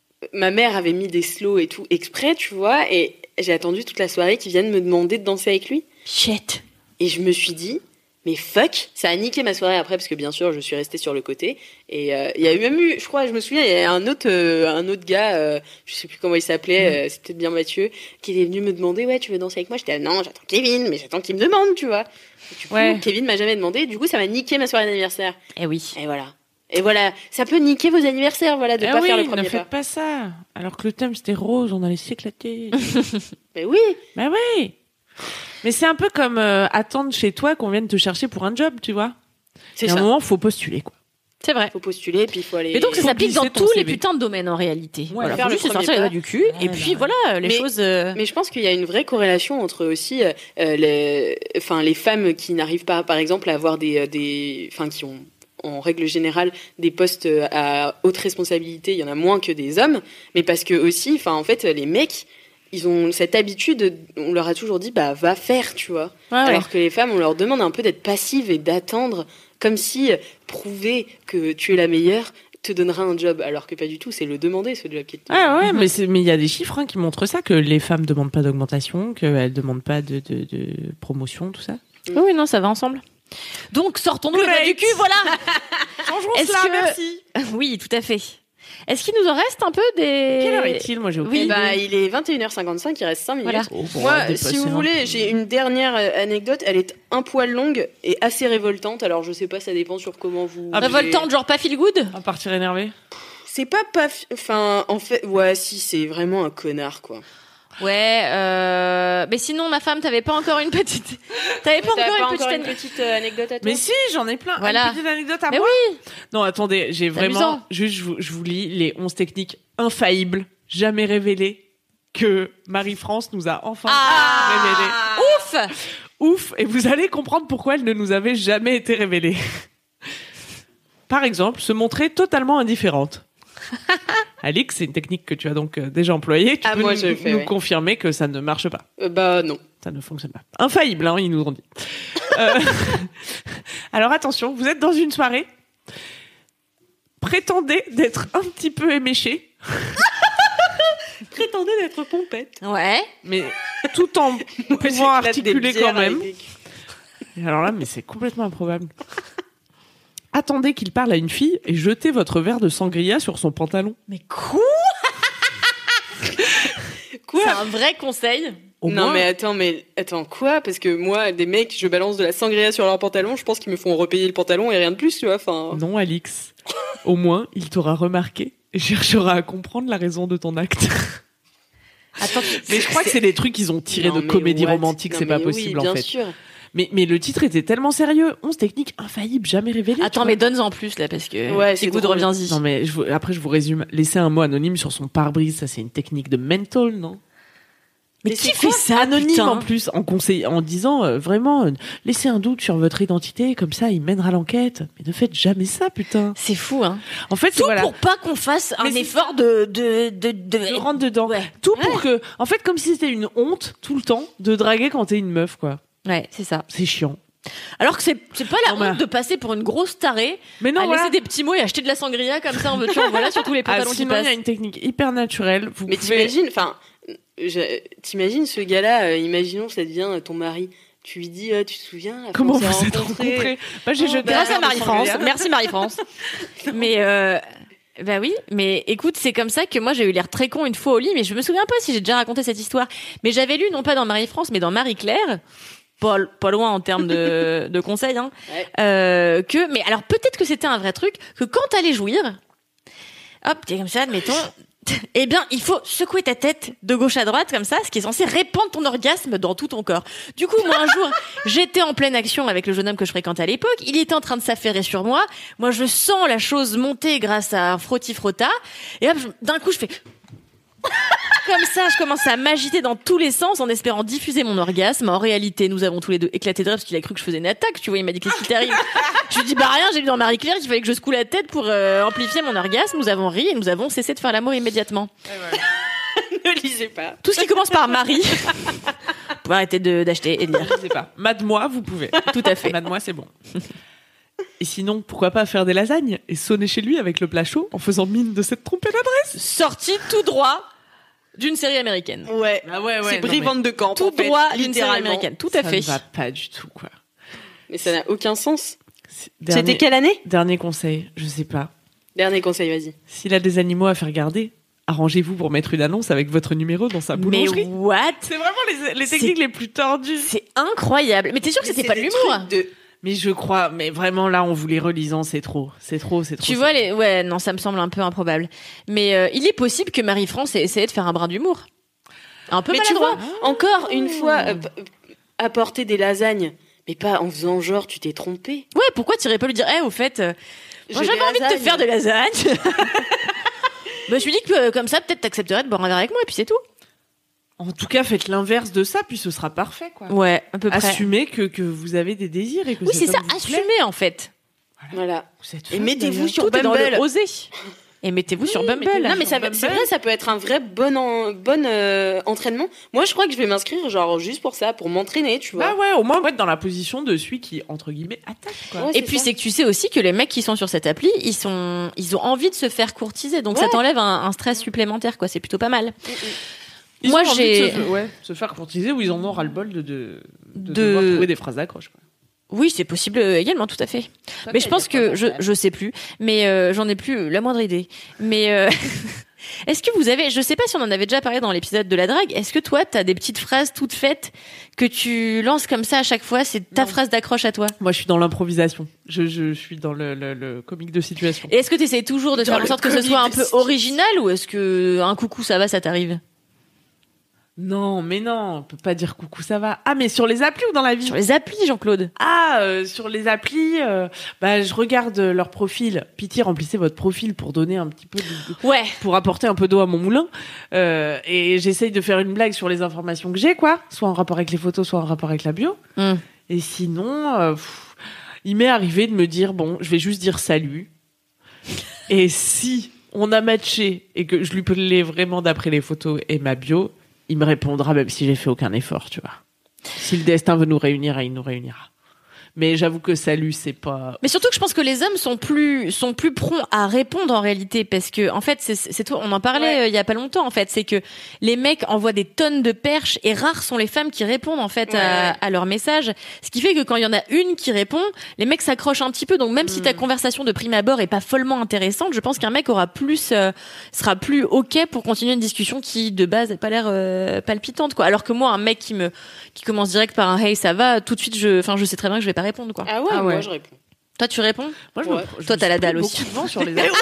Ma mère avait mis des slows et tout exprès, tu vois. Et j'ai attendu toute la soirée qu'ils viennent me demander de danser avec lui. Shit. Et je me suis dit, mais fuck, ça a niqué ma soirée après, parce que bien sûr, je suis restée sur le côté. Et il euh, y a eu même eu, je crois, je me souviens, il y a un autre, euh, un autre gars, euh, je sais plus comment il s'appelait, mmh. euh, c'était bien Mathieu, qui est venu me demander, ouais, tu veux danser avec moi? J'étais, non, j'attends Kevin, mais j'attends qu'il me demande, tu vois. Et du coup, ouais. Kevin m'a jamais demandé, du coup, ça m'a niqué ma soirée d'anniversaire. Eh oui. Et voilà. Et voilà, ça peut niquer vos anniversaires, voilà, de eh pas oui, faire le premier ne pas. Ne faites pas ça. Alors que le thème c'était rose, on allait s'éclater. Mais oui. Mais oui. Mais c'est un peu comme euh, attendre chez toi qu'on vienne te chercher pour un job, tu vois. C'est ça. À un moment, faut postuler, quoi. C'est vrai. Faut postuler, puis il faut aller. Et donc ça faut s'applique dans tous C V. Les putains de domaines en réalité. Ouais, voilà, faire faut le juste se premier sortir les pas. doigts du cul. Ouais, et puis bah. voilà, les mais, choses. Euh... Mais je pense qu'il y a une vraie corrélation entre aussi euh, les, enfin les femmes qui n'arrivent pas, par exemple, à avoir des, des, enfin qui ont en règle générale des postes à haute responsabilité. Il y en a moins que des hommes, mais parce que aussi, enfin en fait, les mecs. Ils ont cette habitude, on leur a toujours dit, bah, va faire, tu vois. Ouais, Alors ouais. que les femmes, on leur demande un peu d'être passives et d'attendre, comme si prouver que tu es la meilleure te donnera un job. Alors que pas du tout, c'est le demander, ce job qui est. Ah ouais, mais c'est, mais il y a des chiffres hein, qui montrent ça, que les femmes demandent pas d'augmentation, qu'elles demandent pas de, de, de promotion, tout ça. Oui, oui, non, ça va ensemble. Donc, sortons-nous le doigt du cul, voilà. Changeons Est-ce cela, que... merci. Oui, tout à fait. Est-ce qu'il nous en reste un peu des... Quelle heure est-il? Moi, j'ai aucune Oui, idée. bah, il est vingt et une heures cinquante-cinq, il reste cinq minutes. Voilà. Oh, bon, Moi, dépasser, si vous hein. voulez, j'ai une dernière euh, anecdote. Elle est un poil longue et assez révoltante. Alors, je sais pas, ça dépend sur comment vous. Ah, Révoltante, genre pas feel good? À partir énervé. C'est pas pas. Enfin, en fait, ouais, si, c'est vraiment un connard, quoi. Ouais, euh... mais sinon, ma femme, t'avais pas encore une petite... T'avais pas T'as encore, pas une, encore petite... une petite euh, anecdote à toi? Mais si, j'en ai plein. Voilà. Une petite anecdote à Mais moi. oui. Non, attendez, j'ai vraiment... amusant. Juste, je vous, je vous lis les onze techniques infaillibles, jamais révélées, que Marie-France nous a enfin Ah. révélées. Ouf. Ouf. Et vous allez comprendre pourquoi elles ne nous avaient jamais été révélées. Par exemple, se montrer totalement indifférente. Alix, c'est une technique que tu as donc euh, déjà employée. Tu Ah, peux moi, nous, je le fais, nous ouais. confirmer que ça ne marche pas. Euh, Bah, non. Ça ne fonctionne pas. Infaillible, hein, ils nous ont dit. euh... Alors attention, vous êtes dans une soirée. Prétendez d'être un petit peu éméché. Prétendez d'être pompette. Ouais. Mais tout en pouvant articuler quand même. Des... Et alors là, mais c'est complètement improbable. Attendez qu'il parle à une fille et jetez votre verre de sangria sur son pantalon. Mais quoi? Quoi? C'est un vrai conseil. Au non moins, mais attends, mais attends quoi? Parce que moi, des mecs, je balance de la sangria sur leur pantalon, je pense qu'ils me font repayer le pantalon et rien de plus, tu vois. Enfin. Non, Alix. Au moins, il t'aura remarqué et cherchera à comprendre la raison de ton acte. Attends, Mais je crois que c'est des trucs qu'ils ont tirés Non, de mais comédie what? romantique, Non, c'est pas mais possible oui, bien en fait. sûr. Mais, mais le titre était tellement sérieux. onze techniques infaillibles, jamais révélées. Attends, mais donne-en plus là parce que. Ouais, c'est écoute, drôle. reviens-y. Non, mais je vous- après, je vous résume. Laisser un mot anonyme sur son pare-brise, ça, c'est une technique de mental, non? Mais Mais qui c'est fait quoi? ça, Anonyme putain en plus, en conseil, en disant euh, vraiment, euh, laissez un doute sur votre identité, comme ça, il mènera l'enquête. Mais ne faites jamais ça, putain. C'est fou, hein. En fait, Tout voilà. pour pas qu'on fasse un Mais c'est effort de de de de. De rentre dedans. Ouais. Tout pour que, en fait, comme si c'était une honte tout le temps de draguer quand t'es une meuf, quoi. Ouais, c'est ça. C'est chiant. Alors que c'est c'est pas la Non, mais- honte de passer pour une grosse tarée, Mais non, à voilà. laisser des petits mots et acheter de la sangria comme ça en veux-tu en voilà sur tous les Ah, pantalons qui sinon, il y passent. a une technique hyper naturelle. Vous Mais pouvez... t'imagines, enfin, je- t'imagines ce gars-là, euh, imaginons ça devient euh, ton mari. Tu lui dis, ah, tu te souviens la fois Comment où on s'est vous êtes rencontrés rencontrés? Moi, j'ai Oh, jeté bah, Grâce un à verre de Marie-France. sangria. Merci Marie-France. Mais euh, bah oui, mais écoute, c'est comme ça que moi j'ai eu l'air très con une fois au lit, mais je me souviens pas si j'ai déjà raconté cette histoire. Mais j'avais lu non pas dans Marie-France, mais dans Marie-Claire. Pas, pas loin en termes de, de conseils, hein. Ouais. Euh, que, mais alors peut-être que c'était un vrai truc, que quand t'allais jouir, hop, t'es comme ça, admettons, eh bien, il faut secouer ta tête de gauche à droite, comme ça, ce qui est censé répandre ton orgasme dans tout ton corps. Du coup, moi, un jour, j'étais en pleine action avec le jeune homme que je fréquentais à l'époque, il était en train de s'affairer sur moi, moi, je sens la chose monter grâce à un frotti-frotta, et hop, je- d'un coup, je fais... Comme ça, je commence à m'agiter dans tous les sens en espérant diffuser mon orgasme. En réalité, nous avons tous les deux éclaté de rire parce qu'il a cru que je faisais une attaque. Tu vois, il m'a dit qu'est-ce qui t'arrive. Je lui dis bah rien. J'ai lu dans Marie-Claire qu'il fallait que je secoue la tête pour euh, amplifier mon orgasme. Nous avons ri et nous avons cessé de faire l'amour immédiatement. Ne lisez pas. Tout ce qui commence par Marie pouvez arrêter de, d'acheter et de lire. Je sais pas. Mad-moi, vous pouvez. Tout à fait. Mad-moi, c'est bon. Et sinon, pourquoi pas faire des lasagnes et sonner chez lui avec le plat chaud en faisant mine de s'être trompé d'adresse? Sorti tout droit d'une série américaine. Ouais. Ah ouais, ouais. C'est Brie Van de Camp. Tout en fait, droit d'une série littéralement. américaine. Tout à Ça fait. ne va pas du tout, quoi. Mais ça n'a aucun sens. Dernier, C'était quelle année? Dernier conseil, je sais pas. Dernier conseil, vas-y. S'il a des animaux à faire garder, arrangez-vous pour mettre une annonce avec votre numéro dans sa Mais boulangerie. what? C'est vraiment les, les C'est- techniques les plus tordues. C'est incroyable. Mais t'es sûr que c'était C'est pas de des l'humour? trucs de... Mais je crois, mais vraiment là, on vous les relisant, c'est trop, c'est trop, c'est trop. Tu c'est vois trop. les, ouais, non, ça me semble un peu improbable. Mais euh, il est possible que Marie-France ait essayé de faire un brin d'humour. Un peu Mais tu maladroit. vois, encore une fois, euh, p- apporter des lasagnes, mais pas en faisant genre tu t'es trompé. Ouais, pourquoi t'irais pas lui dire, eh, au fait, euh, moi, J'ai j'avais des envie de te lasagnes. faire des lasagnes. Bah, je me suis dit que euh, comme ça, peut-être t'accepterais de boire un verre avec moi et puis c'est tout. En tout cas, faites l'inverse de ça, puis ce sera parfait, quoi. Ouais, à peu près. Assumez que, que vous avez des désirs et que Oui, c'est cet ça, homme vous plaît. assumez en fait. Voilà. Vous êtes Et fun, mettez-vous d'ailleurs. sur Tout est dans Bumble. le oser. Et mettez-vous sur Bumble. Non mais ça, Sur c'est Bumble. vrai, ça peut être un vrai bon en- bon euh, entraînement. Moi, je crois que je vais m'inscrire genre juste pour ça, pour m'entraîner, tu vois. Bah ouais, au moins être dans la position de celui qui, entre guillemets, attaque, quoi. Ouais, Et c'est puis ça. c'est que tu sais aussi que les mecs qui sont sur cette appli, ils sont, ils ont envie de se faire courtiser, donc ça Ouais. t'enlève un, un stress supplémentaire, quoi. C'est plutôt pas mal. Ils Moi, ont envie j'ai- de se, ouais, se faire courtiser ou ils en ont ras-le-bol de, de, de, De- devoir trouver des phrases d'accroche, quoi. Oui, c'est possible euh, également, tout à fait. Mais je pense que je, je sais plus, mais euh, j'en ai plus la moindre idée. Mais euh, est-ce que vous avez, je sais pas si on en avait déjà parlé dans l'épisode de la drague, est-ce que toi t'as des petites phrases toutes faites que tu lances comme ça à chaque fois, c'est ta Non. phrase d'accroche à toi? Moi, je suis dans l'improvisation. Je, je, je suis dans le, le, le comique de situation. Et est-ce que tu essaies toujours de Dans faire en le sorte que ce soit un comique de peu situation. original ou est-ce que un coucou ça va, ça t'arrive? Non, mais non, on peut pas dire coucou, ça va. Ah, mais sur les applis ou dans la vie? Sur les applis, Jean-Claude. Ah, euh, sur les applis, euh, bah, je regarde euh, leur profil. Pitié, remplissez votre profil pour donner un petit peu de, Ouais. pour apporter un peu d'eau à mon moulin. Euh, et j'essaye de faire une blague sur les informations que j'ai, quoi. Soit en rapport avec les photos, soit en rapport avec la bio. Hmm. Et sinon, euh, pff, il m'est arrivé de me dire, bon, je vais juste dire salut. Et si on a matché et que je lui plais vraiment d'après les photos et ma bio, il me répondra même si j'ai fait aucun effort, tu vois. Si le destin veut nous réunir, il nous réunira. Mais j'avoue que salut, c'est pas... Mais surtout que je pense que les hommes sont plus sont plus prompts à répondre en réalité parce que en fait c'est c'est toi on en parlait Ouais. euh, il y a pas longtemps en fait c'est que les mecs envoient des tonnes de perches et rares sont les femmes qui répondent en fait Ouais, à, ouais. à leurs messages, ce qui fait que quand il y en a une qui répond, les mecs s'accrochent un petit peu, donc même si ta conversation de prime abord est pas follement intéressante, je pense qu'un mec aura plus euh, sera plus ok pour continuer une discussion qui de base n'a pas l'air euh, palpitante quoi, alors que moi un mec qui me qui commence direct par un hey ça va, tout de suite je enfin je sais très bien que je vais pas répondre quoi. Ah ouais, Ah ouais. moi je réponds. Toi tu réponds? Moi, je Ouais. me, je Toi, me t'as suis la dalle pris aussi. beaucoup de vent sur les applis.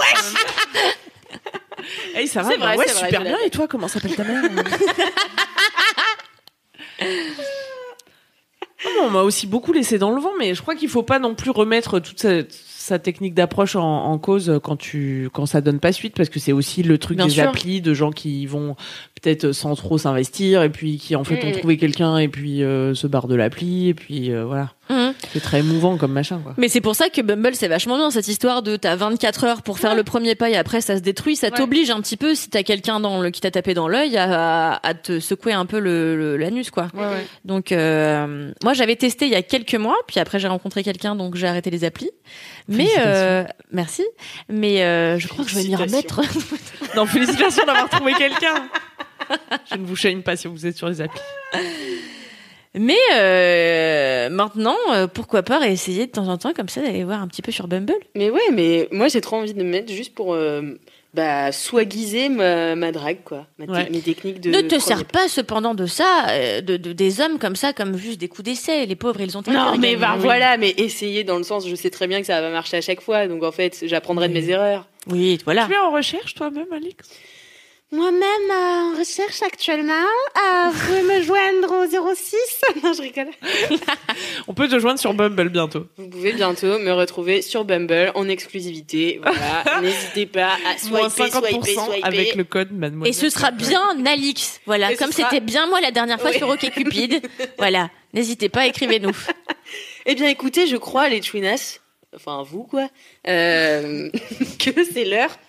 Hey, ça va, C'est bah vrai, ouais, c'est vrai, super j'ai bien. la Et toi, comment s'appelle ta mère Ah non, on m'a aussi beaucoup laissé dans le vent, mais je crois qu'il faut pas non plus remettre toute sa, sa technique d'approche en, en cause quand tu quand ça donne pas suite, parce que c'est aussi le truc Bien des sûr. applis, de gens qui vont peut-être sans trop s'investir et puis qui en fait ont Mm. trouvé quelqu'un et puis euh, se barrent de l'appli et puis euh, voilà. Mhm. C'est très émouvant comme machin, quoi. Mais c'est pour ça que Bumble c'est vachement bien cette histoire de t'as vingt-quatre heures pour faire le premier pas et après ça se détruit, ça Ouais. t'oblige un petit peu si t'as quelqu'un dans le qui t'a tapé dans l'œil à, à te secouer un peu le, le- l'anus quoi. Ouais, ouais. Donc euh, moi j'avais testé il y a quelques mois, puis après j'ai rencontré quelqu'un donc j'ai arrêté les applis. Mais euh, merci. Mais euh, je crois que je vais m'y remettre. Non, félicitations d'avoir trouvé quelqu'un. Je ne vous chaîne pas si vous êtes sur les applis. Mais euh, maintenant euh, pourquoi pas réessayer de temps en temps comme ça d'aller voir un petit peu sur Bumble. Mais ouais, mais moi j'ai trop envie de me mettre juste pour euh, bah swaguiser ma, ma drague quoi, ma te- Ouais. mes techniques de. Ne te premier sers pas cependant de ça, euh, de, de- des hommes comme ça, comme juste des coups d'essai. Les pauvres, ils ont Non, intérêt, mais quand bah, même. voilà, mais essayer dans le sens, je sais très bien que ça va marcher à chaque fois, donc en fait, j'apprendrai de mes erreurs. Oui, voilà. Tu es en recherche toi-même, Alix? Moi-même, euh, en recherche actuellement, euh, vous pouvez me joindre au zéro six. Non, je rigole. On peut te joindre sur Bumble bientôt. Vous pouvez bientôt me retrouver sur Bumble en exclusivité. Voilà, n'hésitez pas à Moins swiper, cinquante pour swiper, cent swiper. avec le code mademoiselle. Et ce sera bien Alix. Voilà, Et ce comme sera- c'était bien moi la dernière fois Oui. sur OkCupid. Voilà, n'hésitez pas, écrivez-nous. Eh bien, écoutez, je crois, les Twinas, enfin vous quoi, euh, que c'est l'heure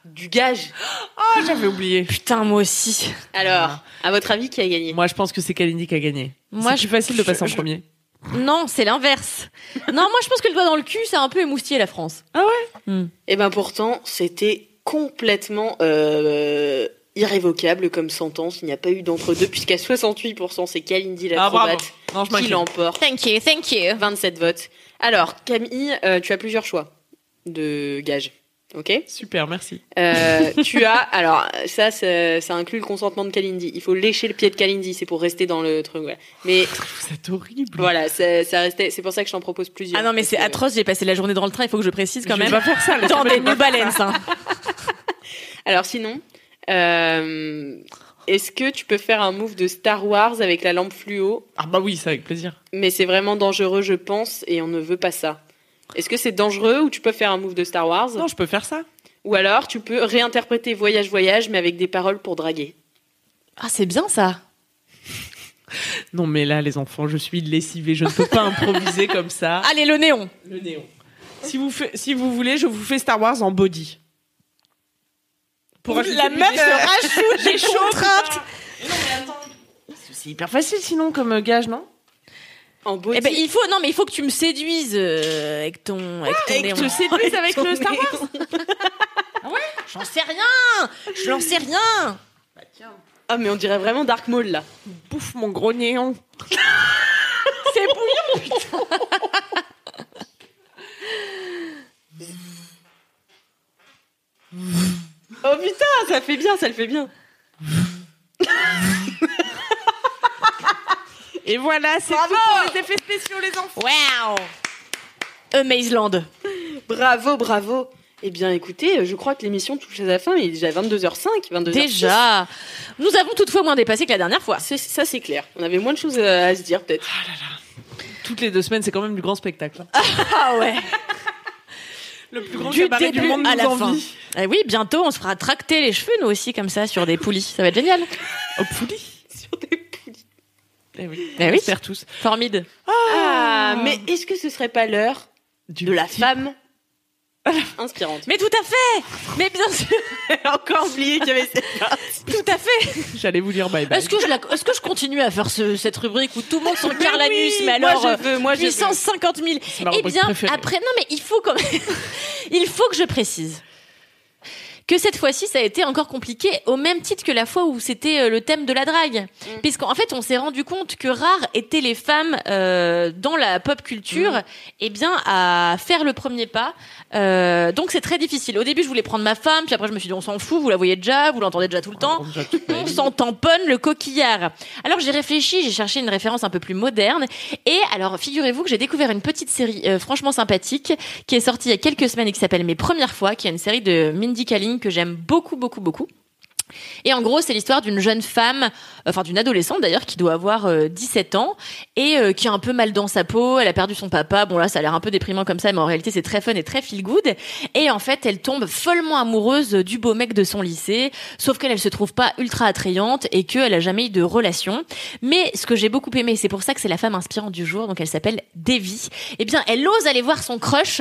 du gage. Oh, j'avais oublié. Putain, moi aussi. Alors, à votre avis, qui a gagné? Moi, je pense que c'est Kalindi qui a gagné. Moi, c'est je- plus facile de passer je- en je- premier. Non, c'est l'inverse. Non, moi je pense que le doigt dans le cul, c'est un peu émoustillé la France. Ah ouais? Hmm. Et ben pourtant, c'était complètement euh, irrévocable comme sentence. Il n'y a pas eu d'entre-deux, puisqu'à soixante-huit pour cent, c'est Kalindi Ah, bravo. l'acrobate Non, je qui m'inquiète. l'emporte. Thank you, thank you. vingt-sept votes. Alors, Camille, euh, tu as plusieurs choix de gages. Ok. Super, merci. Euh, tu as, alors ça, ça, ça inclut le consentement de Kalindi. Il faut lécher le pied de Kalindi, c'est pour rester dans le truc. Voilà. Mais C'est horrible. voilà, ça, ça restait. C'est pour ça que je t'en propose plusieurs. Ah non, mais c'est Parce que- atroce, j'ai passé la journée dans le train, il faut que je précise quand Je même. vais pas faire ça. laisse Dans tomber, des je vais New pas faire Balance. ça. Hein. Alors sinon, euh, est-ce que tu peux faire un move de Star Wars avec la lampe fluo? Ah bah oui, ça avec plaisir. Mais c'est vraiment dangereux, je pense, et on ne veut pas ça. Est-ce que c'est dangereux ou tu peux faire un move de Star Wars? Non, je peux faire ça. Ou alors tu peux réinterpréter Voyage Voyage mais avec des paroles pour draguer. Ah, c'est bien ça. Non, mais là, les enfants, je suis lessivée. Je ne peux pas improviser comme ça. Allez, le néon. Le néon. Si vous, fait- si vous voulez, je vous fais Star Wars en body. Pour ajouter La plus meuf d'effets. rajoute des contraintes. C'est hyper facile sinon comme euh, gage, non? En body. Eh ben, il faut, non, mais il faut que tu me séduises euh, avec ton, avec ton Et néon. que je te séduise avec le Star Wars. J'en sais rien. Je n'en sais rien. Ah mais on dirait vraiment Dark Maul là. Bouffe mon gros néon. C'est bouillant. Oh putain, ça fait bien, ça le fait bien. Et voilà, c'est tout pour les effets spéciaux, les enfants. Wow. Amazeland. Bravo, bravo. Eh bien écoutez, je crois que l'émission touche à sa fin, il est déjà vingt-deux heures cinq, vingt-deux heures six. Déjà. Nous avons toutefois moins dépassé que la dernière fois. C'est- Ça c'est clair. On avait moins de choses à, à se dire peut-être. Toutes les deux semaines, c'est quand même du grand spectacle. hein. Ah ouais. Le plus grand Du cabaret du début monde à nous la envie. fin. Eh oui, bientôt on se fera tracter les cheveux nous aussi comme ça sur des poulies. Ça va être génial. Oh, poulie. Sur des poulies. Eh oui, Eh on oui. espère tous. Formide. Ah, mais est-ce que ce serait pas l'heure Du de la petit- femme inspirante? Mais tout à fait. Mais bien sûr. J'ai encore oublié qu'il y avait cette partie. Tout à fait. J'allais vous dire bye bye. Est-ce que je la, est-ce que je continue à faire ce, cette rubrique où tout le monde s'en carre Mais l'anus, oui, mais moi, alors je euh, veux, moi, je veux. puissance cinquante mille. ma Eh rubrique bien, préférée. après, non, mais il faut quand même, il faut que je précise que cette fois-ci, ça a été encore compliqué, au même titre que la fois où c'était euh, le thème de la drague. Mm. Puisqu'en fait, on s'est rendu compte que rares étaient les femmes euh, dans la pop culture, Mm. eh bien, à faire le premier pas. Euh, donc, c'est très difficile. Au début, je voulais prendre ma femme, puis après, je me suis dit, on s'en fout, vous la voyez déjà, vous l'entendez déjà tout le temps. On s'en tamponne le coquillard. Alors j'ai réfléchi, j'ai cherché une référence un peu plus moderne. Et alors figurez-vous que j'ai découvert une petite série euh, franchement sympathique qui est sortie il y a quelques semaines et qui s'appelle Mes Premières Fois, qui est une série de Mindy Kaling que j'aime beaucoup, beaucoup, beaucoup. Et en gros, c'est l'histoire d'une jeune femme, enfin d'une adolescente d'ailleurs, qui doit avoir euh, dix-sept ans et euh, qui a un peu mal dans sa peau. Elle a perdu son papa. Bon là, ça a l'air un peu déprimant comme ça, mais en réalité, c'est très fun et très feel good. Et en fait, elle tombe follement amoureuse du beau mec de son lycée, sauf qu'elle, elle se trouve pas ultra attrayante et qu'elle a jamais eu de relation. Mais ce que j'ai beaucoup aimé, c'est pour ça que c'est la femme inspirante du jour, donc elle s'appelle Devi. Eh bien, elle ose aller voir son crush.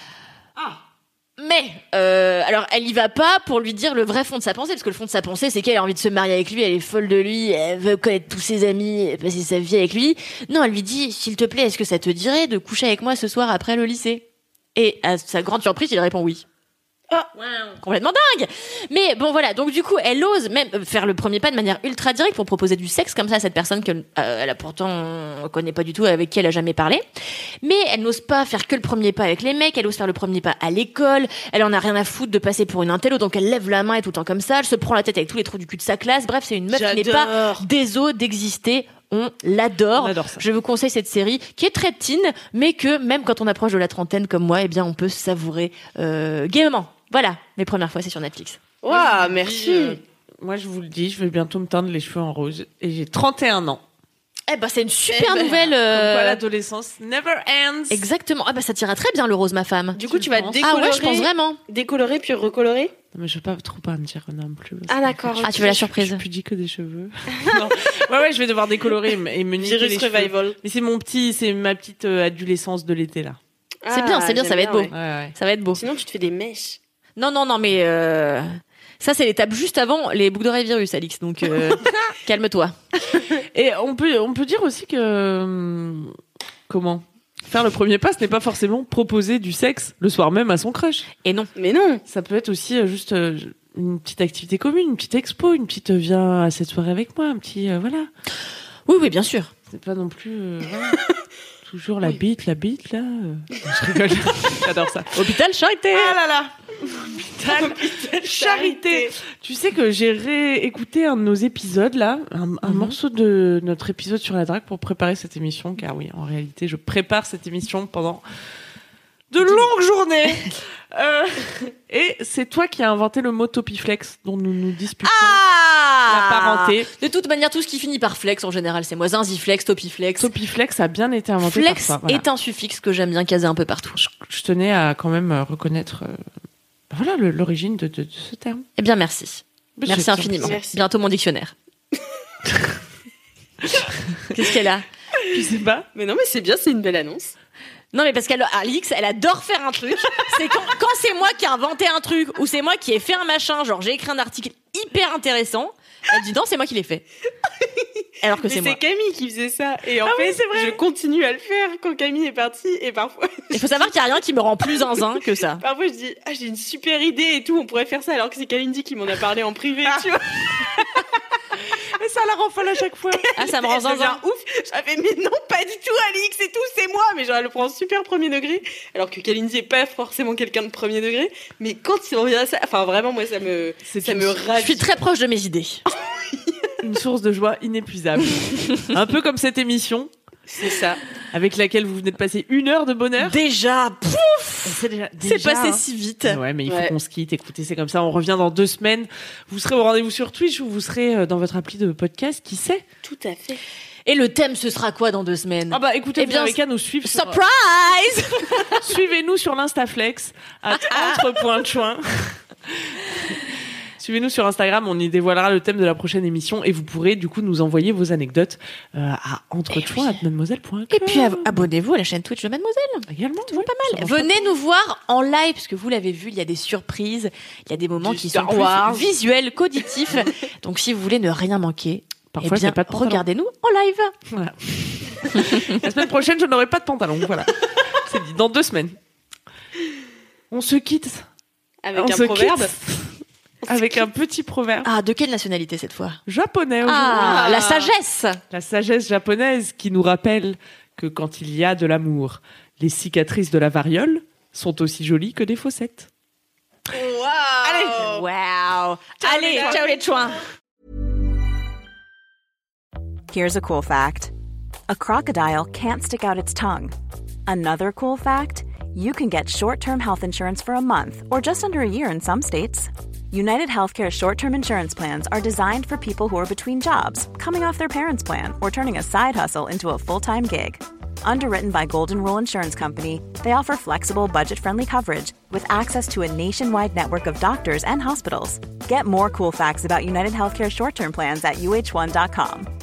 Mais, euh, alors, elle y va pas pour lui dire le vrai fond de sa pensée, parce que le fond de sa pensée, c'est qu'elle a envie de se marier avec lui, elle est folle de lui, elle veut connaître tous ses amis, passer sa vie avec lui. Non, elle lui dit, s'il te plaît, est-ce que ça te dirait de coucher avec moi ce soir après le lycée? Et à sa grande surprise, il répond oui. Ah. Complètement dingue. Mais bon voilà, donc du coup elle ose même faire le premier pas de manière ultra directe pour proposer du sexe comme ça à cette personne qu'elle euh, elle a pourtant on connaît pas du tout, avec qui elle a jamais parlé. Mais elle n'ose pas faire que le premier pas avec les mecs, elle ose faire le premier pas à l'école, elle en a rien à foutre de passer pour une intello, donc elle lève la main et tout le temps comme ça, elle se prend la tête avec tous les trous du cul de sa classe. Bref, c'est une meuf qui n'est pas J'adore. déso d'exister. On l'adore. On adore ça. Je vous conseille cette série qui est très teen, mais que même quand on approche de la trentaine comme moi, eh bien on peut savourer euh, gaiement. Voilà, mes premières fois, c'est sur Netflix. Waouh, merci. Euh, moi, je vous le dis, je vais bientôt me teindre les cheveux en rose. Et j'ai trente et un ans. Eh ben, c'est une super Eh ben, nouvelle. euh, Comme quoi, l'adolescence never ends. Exactement. Ah bah ça t'ira très bien le rose, ma femme. Du coup, Tu tu le vas penses Ah décolorer, ouais, je pense vraiment. décolorer puis recolorer. Non, mais je veux pas trop pas me dire non plus. Ah d'accord. Ah, tu veux la Je surprise. suis pudique des cheveux. Non. Ouais, ouais, je vais devoir décolorer et me- et me niquer Virus les cheveux. revival. Mais c'est mon petit, c'est ma petite euh, adolescence de l'été là. C'est bien, c'est bien, ça va être beau. Ouais, ouais. Ça va être beau. Sinon, tu te fais des mèches. Non, non, non, mais euh, ça, c'est l'étape juste avant les boucles d'oreilles virus, Alix. Donc, euh, calme-toi. Et on peut, on peut dire aussi que... hum, comment faire le premier pas, ce n'est pas forcément proposer du sexe le soir même à son crush. Et non. Mais non. Ça peut être aussi euh, juste euh, une petite activité commune, une petite expo, une petite euh, viens à cette soirée avec moi, un petit... euh, voilà. Oui, oui, bien sûr. C'est pas non plus... euh, voilà. Toujours la bite, la bite, là. euh. Je rigole. J'adore ça. Hôpital Charité. Ah là là. Hôpital Charité. Tu sais que j'ai réécouté un de nos épisodes, là, un, un Mhm. morceau de notre épisode sur la drague pour préparer cette émission, car oui, en réalité, je prépare cette émission pendant de longues journées. Euh, et c'est toi qui as inventé le mot topiflex, dont nous nous disputons Ah la parenté. De toute manière, tout ce qui finit par flex, en général, c'est moi. Zinziflex, topiflex. Topiflex a bien été inventé Flex par toi. Voilà. est un suffixe que j'aime bien caser un peu partout. Je, je tenais à quand même euh, reconnaître euh, voilà, le- l'origine de, de, de ce terme. Eh bien, merci. Mais Merci c'est- infiniment. Merci. Bientôt mon dictionnaire. Qu'est-ce qu'elle a? Je sais pas. Mais non, mais c'est bien, c'est une belle annonce. Non, mais parce qu'elle, Alix, elle adore faire un truc. C'est quand, quand c'est moi qui ai inventé un truc ou c'est moi qui ai fait un machin, genre j'ai écrit un article hyper intéressant, elle dit non, c'est moi qui l'ai fait. Alors que Mais c'est c'est moi. Camille qui faisait ça. Et en Ah oui, fait, c'est vrai. je continue à le faire quand Camille est partie. Et parfois, Il faut savoir qu'il n'y a rien qui me rend plus zinzin que ça. parfois je dis, ah, j'ai une super idée et tout, on pourrait faire ça. Alors que c'est Kalindi qui m'en a parlé en privé, tu vois. Mais ça la rend folle à chaque fois. Ah, ça me rend Elle devient zinzin. ouf. J'avais, mais non, pas du tout, Alix, et tout, c'est moi. Mais genre, elle le prend en super premier degré. Alors que Kalindi est pas forcément quelqu'un de premier degré. Mais quand il revient à ça, enfin, vraiment, moi, ça me, C'est ça une- me Je ravit. suis très proche de mes idées. Une source de joie inépuisable. Un peu comme cette émission C'est ça. avec laquelle vous venez de passer une heure de bonheur. Déjà, pouf, C'est déjà, c'est déjà, passé hein. si vite. Ouais, mais il faut Ouais. qu'on se quitte. Écoutez, c'est comme ça. On revient dans deux semaines. Vous serez au rendez-vous sur Twitch ou vous serez euh, dans votre appli de podcast. Qui sait? Tout à fait. Et le thème, ce sera quoi dans deux semaines? Ah bah écoutez, Eh vous bien, n'avez qu'à nous suivre. sur- Surprise! Suivez-nous sur l'Instaflex à entre.choin. Suivez-nous sur Instagram, on y dévoilera le thème de la prochaine émission et vous pourrez du coup nous envoyer vos anecdotes euh, à entrechoin arobase mademoiselle point com. Et puis ab- abonnez-vous à la chaîne Twitch de Mademoiselle. également, Toujours ouais, pas ça mal. marche Venez nous voir en live, parce que vous l'avez vu, il y a des surprises, il y a des moments Du qui Star sont plus Wars. visuels qu'auditifs. Donc si vous voulez ne rien manquer, Parfois, eh j'ai bien, pas de pantalon. regardez-nous en live. Voilà. La semaine prochaine, je n'aurai pas de pantalon. Voilà. C'est dit, dans deux semaines. On se quitte. Avec On un se proverbe. quitte avec un petit proverbe Ah, de quelle nationalité cette fois? japonais aujourd'hui. Ah, Ah. la sagesse. La sagesse japonaise qui nous rappelle que quand il y a de l'amour, les cicatrices de la variole sont aussi jolies que des fossettes. Allez. Wow. Allez, ciao les chouins. Here's a cool fact. A crocodile can't stick out its tongue. Another cool fact, you can get short-term health insurance for a month or just under a year in some states. United Healthcare short-term insurance plans are designed for people who are between jobs, coming off their parents' plan, or turning a side hustle into a full-time gig. Underwritten by Golden Rule Insurance Company, they offer flexible, budget-friendly coverage with access to a nationwide network of doctors and hospitals. Get more cool facts about United Healthcare short-term plans at U H one dot com.